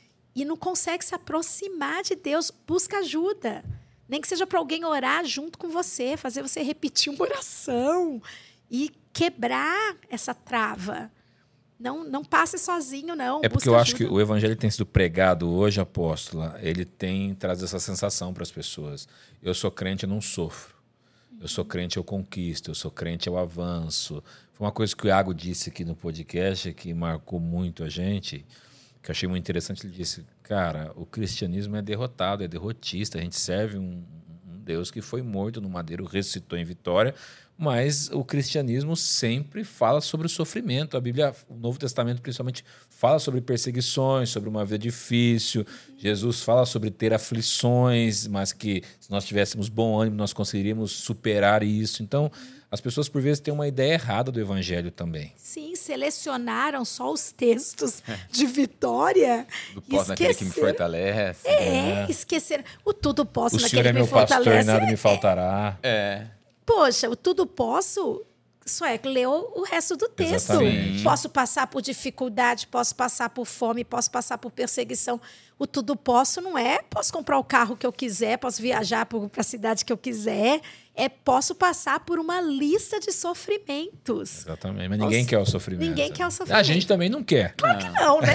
E não consegue se aproximar de Deus. Busca ajuda. Nem que seja para alguém orar junto com você, fazer você repetir uma oração e quebrar essa trava. Não, não passe sozinho, não. É porque Busca eu acho ajuda. que o evangelho tem sido pregado hoje, apóstola, ele tem trazido essa sensação para as pessoas. Eu sou crente, eu não sofro. Eu sou crente, eu conquisto. Eu sou crente, eu avanço. Foi uma coisa que o Iago disse aqui no podcast que marcou muito a gente, que eu achei muito interessante. Ele disse, cara, o cristianismo é derrotado, é derrotista. A gente serve um, um Deus que foi morto no madeiro, ressuscitou em vitória, mas o cristianismo sempre fala sobre o sofrimento. A Bíblia, o Novo Testamento principalmente, fala sobre perseguições, sobre uma vida difícil. Jesus fala sobre ter aflições, mas que se nós tivéssemos bom ânimo, nós conseguiríamos superar isso. Então, as pessoas, por vezes, têm uma ideia errada do evangelho também. Sim, selecionaram só os textos de vitória. Do posso naquele que me fortalece. É, é. esqueceram. O tudo posso O naquele Senhor é que me meu pastor fortalece. e nada me faltará. É. Poxa, o tudo posso só é ler o, o resto do texto. Exatamente. Posso passar por dificuldade, posso passar por fome, posso passar por perseguição. O tudo posso não é posso comprar o carro que eu quiser, posso viajar para a cidade que eu quiser. É posso passar por uma lista de sofrimentos. Exatamente, mas ninguém Nossa, quer o sofrimento. ninguém quer o sofrimento. A gente também não quer. Claro que não, né?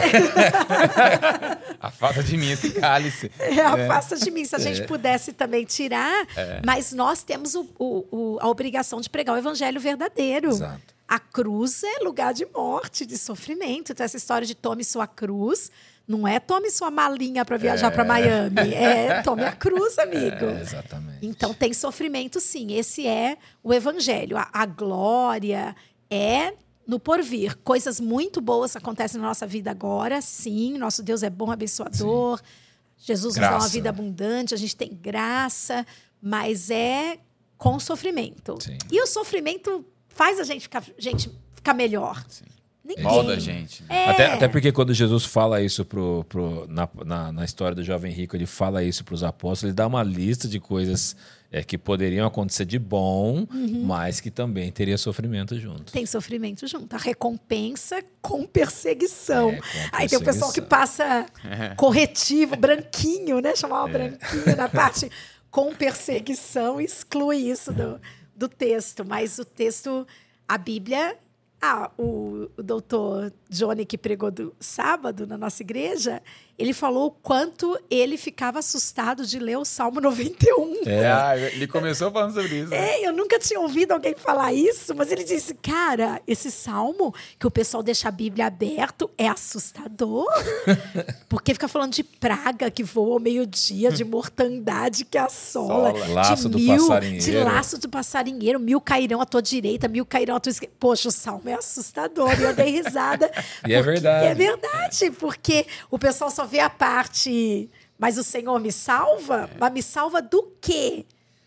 Afasta de mim esse cálice. É, afasta de mim. Se a gente É. pudesse também tirar, É. mas nós temos o, o, o, a obrigação de pregar o evangelho verdadeiro. Exato. A cruz é lugar de morte, de sofrimento. Então, essa história de tome sua cruz não é tome sua malinha para viajar É. para Miami. É tome a cruz, amigo. É, exatamente. Então, tem sofrimento, sim. Esse é o evangelho. A, a glória é no porvir. Coisas muito boas acontecem na nossa vida agora, sim. Nosso Deus é bom, abençoador. Sim. Jesus nos dá uma Graça. vida abundante, a gente tem graça, mas é com sofrimento. Sim. E o sofrimento faz a gente ficar, gente, ficar melhor. Sim. Ninguém. Molda a gente. né? É. Até, até porque quando Jesus fala isso pro, pro, na, na, na história do jovem rico, ele fala isso para os apóstolos, ele dá uma lista de coisas é, que poderiam acontecer de bom, Uhum. mas que também teria sofrimento junto. Tem sofrimento junto. A recompensa com perseguição. É, com Aí tem o pessoal que perseguição. passa corretivo, branquinho, né? Chamava branquinho na parte com perseguição, exclui isso do, do texto. Mas o texto, a Bíblia... Ah, o, o doutor Johnny, que pregou do sábado na nossa igreja, ele falou o quanto ele ficava assustado de ler o Salmo noventa e um. É. Ah, ele começou falando sobre isso. né? É, eu nunca tinha ouvido alguém falar isso, mas ele disse, cara, esse salmo que o pessoal deixa a Bíblia aberto é assustador. Porque fica falando de praga que voa ao meio-dia, de mortandade que assola, Sola. de Laço do mil, passarinheiro. de laço do passarinheiro, mil cairão à tua direita, mil cairão à tua esquerda. Poxa, o salmo é assustador. E eu dei risada. E é verdade. É verdade, porque o pessoal só vê a parte, mas o Senhor me salva? Mas me salva do quê?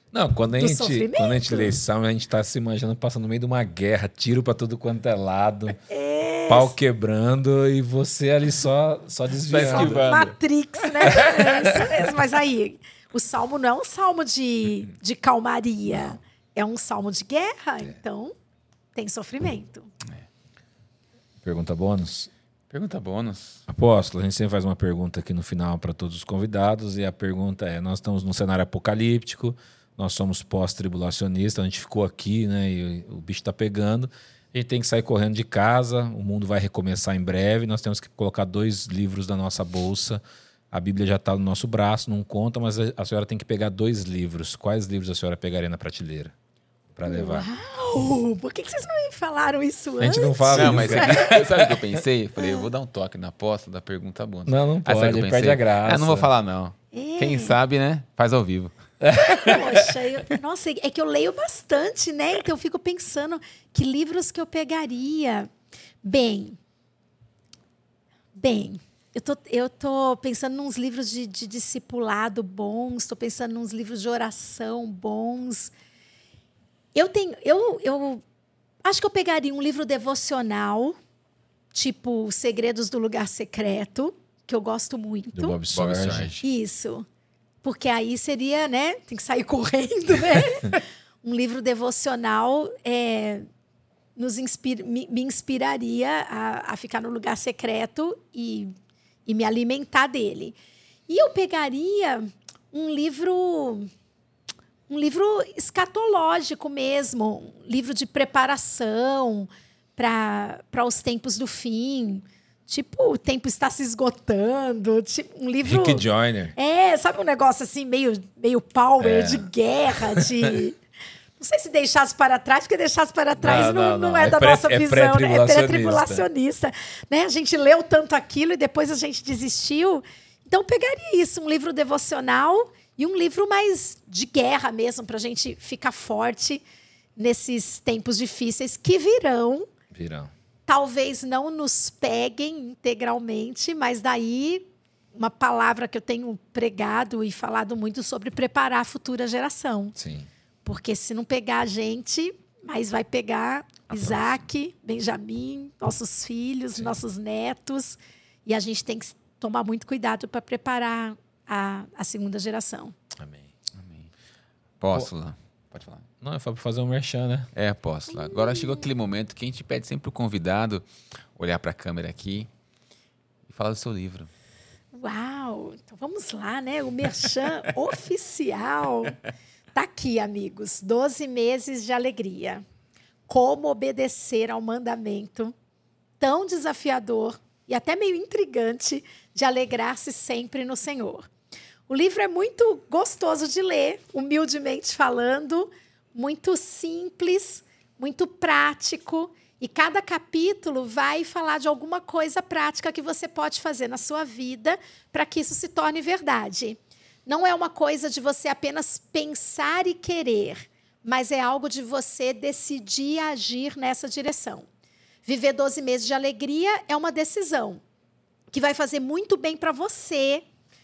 Não, quando a, do gente, sofrimento. quando a gente lê esse salmo, a gente tá se imaginando passando no meio de uma guerra, tiro pra tudo quanto é lado, É, pau quebrando e você ali só, só desviando. esquivando. Matrix, né? É isso mesmo. Mas aí, o salmo não é um salmo de, de calmaria. É um salmo de guerra. Então, tem sofrimento. Pergunta bônus. Pergunta bônus. Apóstolo, a gente sempre faz uma pergunta aqui no final para todos os convidados e a pergunta é, nós estamos num cenário apocalíptico, nós somos pós-tribulacionistas, a gente ficou aqui, né, e o bicho está pegando, a gente tem que sair correndo de casa, o mundo vai recomeçar em breve, nós temos que colocar dois livros na nossa bolsa, a Bíblia já está no nosso braço, não conta, mas a senhora tem que pegar dois livros. Quais livros a senhora pegaria na prateleira para levar? Uau! Por que, que vocês não me falaram isso antes? A gente não fala. Não, mas sabe o que eu pensei? Eu falei, eu vou dar um toque na aposta da pergunta bônus. Não, não Aí pode, sabe o que eu perde pensei? a graça. Ah, não vou falar, não. É. Quem sabe, né? Faz ao vivo. Poxa, eu, nossa, é que eu leio bastante, né? Então eu fico pensando que livros que eu pegaria. Bem, bem, eu tô, eu tô pensando nos livros de, de discipulado bons, estou pensando nos livros de oração bons. Eu tenho, eu, eu acho que eu pegaria um livro devocional, tipo Segredos do Lugar Secreto, que eu gosto muito. Do Bob Sorge. Bob Sorge. Isso. Porque aí seria, né? Tem que sair correndo, né? Um livro devocional é, nos inspira, me, me inspiraria a, a ficar no lugar secreto e, e me alimentar dele. E eu pegaria um livro, um livro escatológico mesmo, um livro de preparação para os tempos do fim. Tipo, o tempo está se esgotando. Tipo, um livro... Rick Joyner. É, sabe um negócio assim, meio, meio power, É. de guerra, de... Não sei se deixasse para trás, porque deixasse para trás Não, não, não, não, não. é, É da pré- nossa é visão, né? É pré-tribulacionista. pré-tribulacionista. Né? A gente leu tanto aquilo e depois a gente desistiu. Então, eu pegaria isso, um livro devocional e um livro mais de guerra mesmo, para a gente ficar forte nesses tempos difíceis que virão. Virão. Talvez não nos peguem integralmente, mas daí uma palavra que eu tenho pregado e falado muito sobre preparar a futura geração. Sim. Porque se não pegar a gente, mas vai pegar A Isaac, Benjamim, nossos filhos, Sim. nossos netos. E a gente tem que tomar muito cuidado para preparar a, a segunda geração. Amém. Amém. Apóstola, pode falar. Não, é para fazer um merchan, né? É, apóstola. Agora chegou aquele momento que a gente pede sempre o convidado olhar para a câmera aqui e falar do seu livro. Uau! Então vamos lá, né? O merchan oficial. Tá aqui, amigos. doze meses de alegria. Como obedecer ao mandamento tão desafiador e até meio intrigante de alegrar-se sempre no Senhor. O livro é muito gostoso de ler, humildemente falando, muito simples, muito prático. E cada capítulo vai falar de alguma coisa prática que você pode fazer na sua vida para que isso se torne verdade. Não é uma coisa de você apenas pensar e querer, mas é algo de você decidir agir nessa direção. Viver doze meses de alegria é uma decisão que vai fazer muito bem para você.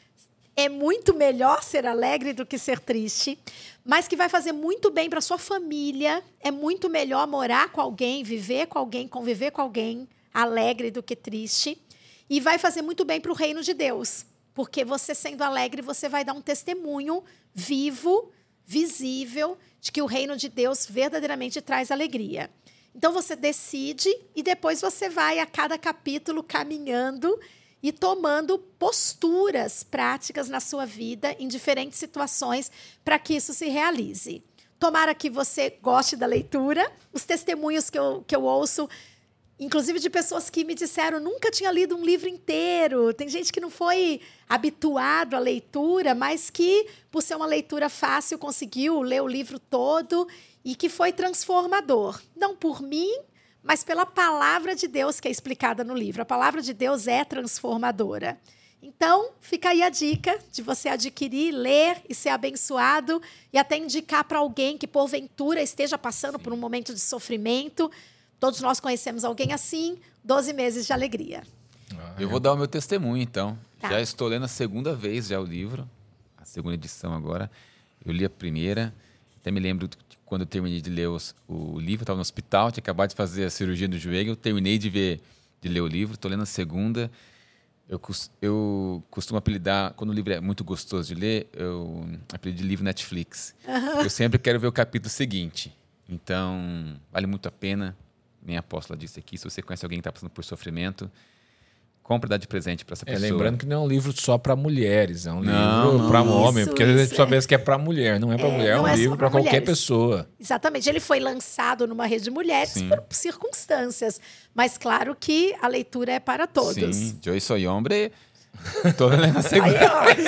É muito melhor ser alegre do que ser triste, mas que vai fazer muito bem para sua família. É muito melhor morar com alguém, viver com alguém, conviver com alguém alegre do que triste. E vai fazer muito bem para o reino de Deus, porque você sendo alegre, você vai dar um testemunho vivo, visível, de que o reino de Deus verdadeiramente traz alegria. Então, você decide e depois você vai a cada capítulo caminhando e tomando posturas práticas na sua vida, em diferentes situações, para que isso se realize. Tomara que você goste da leitura. Os testemunhos que eu, que eu ouço, inclusive de pessoas que me disseram nunca tinha lido um livro inteiro. Tem gente que não foi habituado à leitura, mas que, por ser uma leitura fácil, conseguiu ler o livro todo e que foi transformador. Não por mim, mas pela palavra de Deus que é explicada no livro. A palavra de Deus é transformadora. Então, fica aí a dica de você adquirir, ler e ser abençoado e até indicar para alguém que, porventura, esteja passando por um momento de sofrimento. Todos nós conhecemos alguém assim. doze meses de alegria. Ah, Eu vou dar o meu testemunho, então. Tá. Já estou lendo a segunda vez já o livro, a segunda edição agora. Eu li a primeira Até me lembro que quando eu terminei de ler os, o livro, eu estava no hospital, tinha acabado de fazer a cirurgia do joelho, eu terminei de, ver, de ler o livro, estou lendo a segunda. Eu, eu costumo apelidar, quando o livro é muito gostoso de ler, eu apelido de livro Netflix. Uhum. Eu sempre quero ver o capítulo seguinte. Então, vale muito a pena. Minha apóstola disse aqui, se você conhece alguém que está passando por sofrimento, compra e dá de presente para essa pessoa. É, lembrando que não é um livro só para mulheres, é um não, livro para homem, porque às vezes a gente só pensa que é para mulher, não é para é, mulher, é um é livro para qualquer pessoa. Exatamente, ele foi lançado numa rede de mulheres Sim. por circunstâncias, mas claro que a leitura é para todos. Sim, eu sou homem, estou lendo a segunda.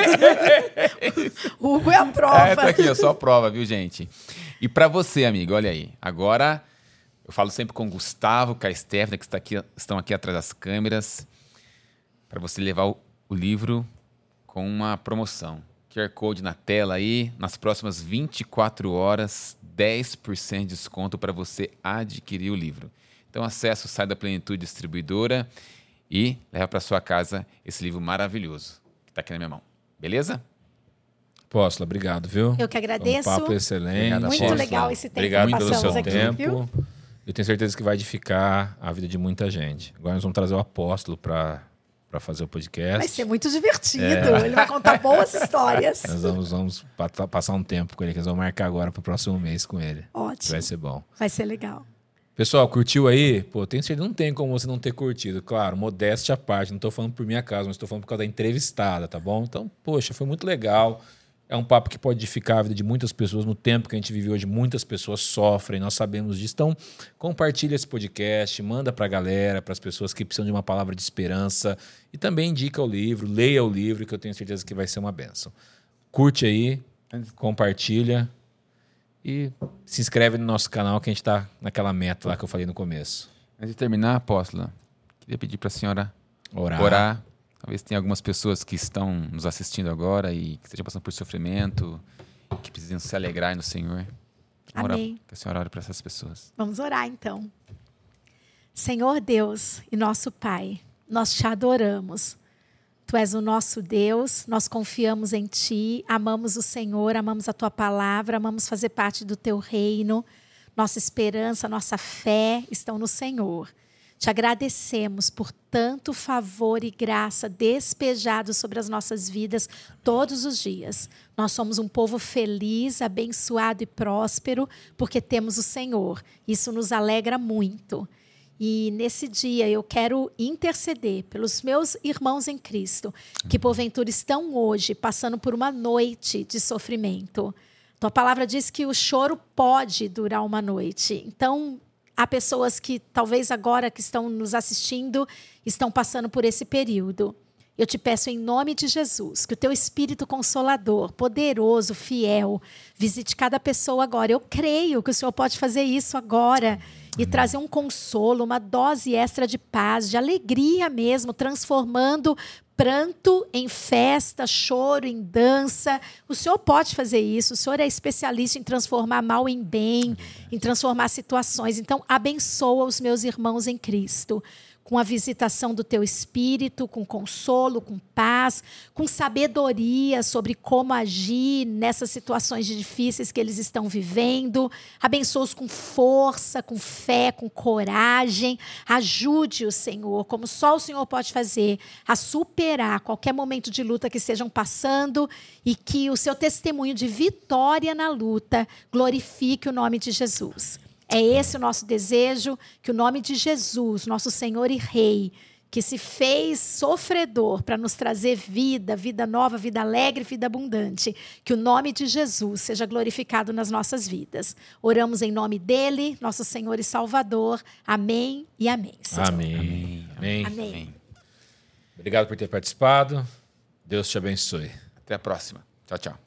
Hugo é a prova. É, tá aqui, eu sou a prova, viu, gente? E para você, amigo, olha aí, agora eu falo sempre com o Gustavo, com a Stephanie, que está aqui, estão aqui atrás das câmeras, para você levar o, o livro com uma promoção. Q R Code na tela aí, nas próximas vinte e quatro horas, dez por cento de desconto para você adquirir o livro. Então acesse o site da Plenitude Distribuidora e leva para sua casa esse livro maravilhoso que está aqui na minha mão. Beleza? Apóstola, obrigado, viu? Eu que agradeço. Um papo excelente. Obrigado, muito Apóstola. legal esse tempo obrigado que pelo seu aqui, tempo. Viu? Eu tenho certeza que vai edificar a vida de muita gente. Agora nós vamos trazer o apóstolo para para fazer o podcast. Vai ser muito divertido. É. Ele vai contar boas histórias. Nós vamos, vamos passar um tempo com ele, que nós vamos marcar agora para o próximo mês com ele. Ótimo. Vai ser bom. Vai ser legal. Pessoal, curtiu aí? Pô, tenho certeza, não tem como você não ter curtido. Claro, modéstia à parte, não estou falando por minha causa, mas estou falando por causa da entrevistada, tá bom? Então, poxa, foi muito legal. É um papo que pode edificar a vida de muitas pessoas. No tempo que a gente vive hoje, muitas pessoas sofrem, nós sabemos disso. Então, compartilha esse podcast, manda para a galera, para as pessoas que precisam de uma palavra de esperança. E também indica o livro, leia o livro, que eu tenho certeza que vai ser uma bênção. Curte aí, compartilha e se inscreve no nosso canal, que a gente está naquela meta lá que eu falei no começo. Antes de terminar, apóstola, queria pedir para a senhora orar. orar. Talvez tenha algumas pessoas que estão nos assistindo agora e que estejam passando por sofrimento, que precisam se alegrar no Senhor. Vamos Amém. Orar, que a senhora ore para essas pessoas. Vamos orar, então. Senhor Deus e nosso Pai, nós te adoramos. Tu és o nosso Deus, nós confiamos em Ti, amamos o Senhor, amamos a Tua palavra, amamos fazer parte do Teu reino. Nossa esperança, nossa fé estão no Senhor. Te agradecemos por tanto favor e graça despejado sobre as nossas vidas todos os dias. Nós somos um povo feliz, abençoado e próspero porque temos o Senhor. Isso nos alegra muito. E nesse dia eu quero interceder pelos meus irmãos em Cristo que porventura estão hoje passando por uma noite de sofrimento. Tua palavra diz que o choro pode durar uma noite. Então, há pessoas que talvez agora que estão nos assistindo estão passando por esse período. Eu te peço em nome de Jesus que o teu Espírito Consolador, poderoso, fiel, visite cada pessoa agora. Eu creio que o Senhor pode fazer isso agora e trazer um consolo, uma dose extra de paz, de alegria mesmo, transformando pranto em festa, choro em dança. O Senhor pode fazer isso. O Senhor é especialista em transformar mal em bem, em transformar situações. Então, abençoa os meus irmãos em Cristo, com a visitação do teu Espírito, com consolo, com paz, com sabedoria sobre como agir nessas situações difíceis que eles estão vivendo. Abençoa-os com força, com fé, com coragem. Ajude-os, Senhor, como só o Senhor pode fazer, a superar qualquer momento de luta que estejam passando e que o seu testemunho de vitória na luta glorifique o nome de Jesus. É esse o nosso desejo, que o nome de Jesus, nosso Senhor e Rei, que se fez sofredor para nos trazer vida, vida nova, vida alegre, vida abundante, que o nome de Jesus seja glorificado nas nossas vidas. Oramos em nome dele, nosso Senhor e Salvador. Amém e amém. Senhor. Amém. Amém. Amém. Amém. Obrigado por ter participado. Deus te abençoe. Até a próxima. Tchau, tchau.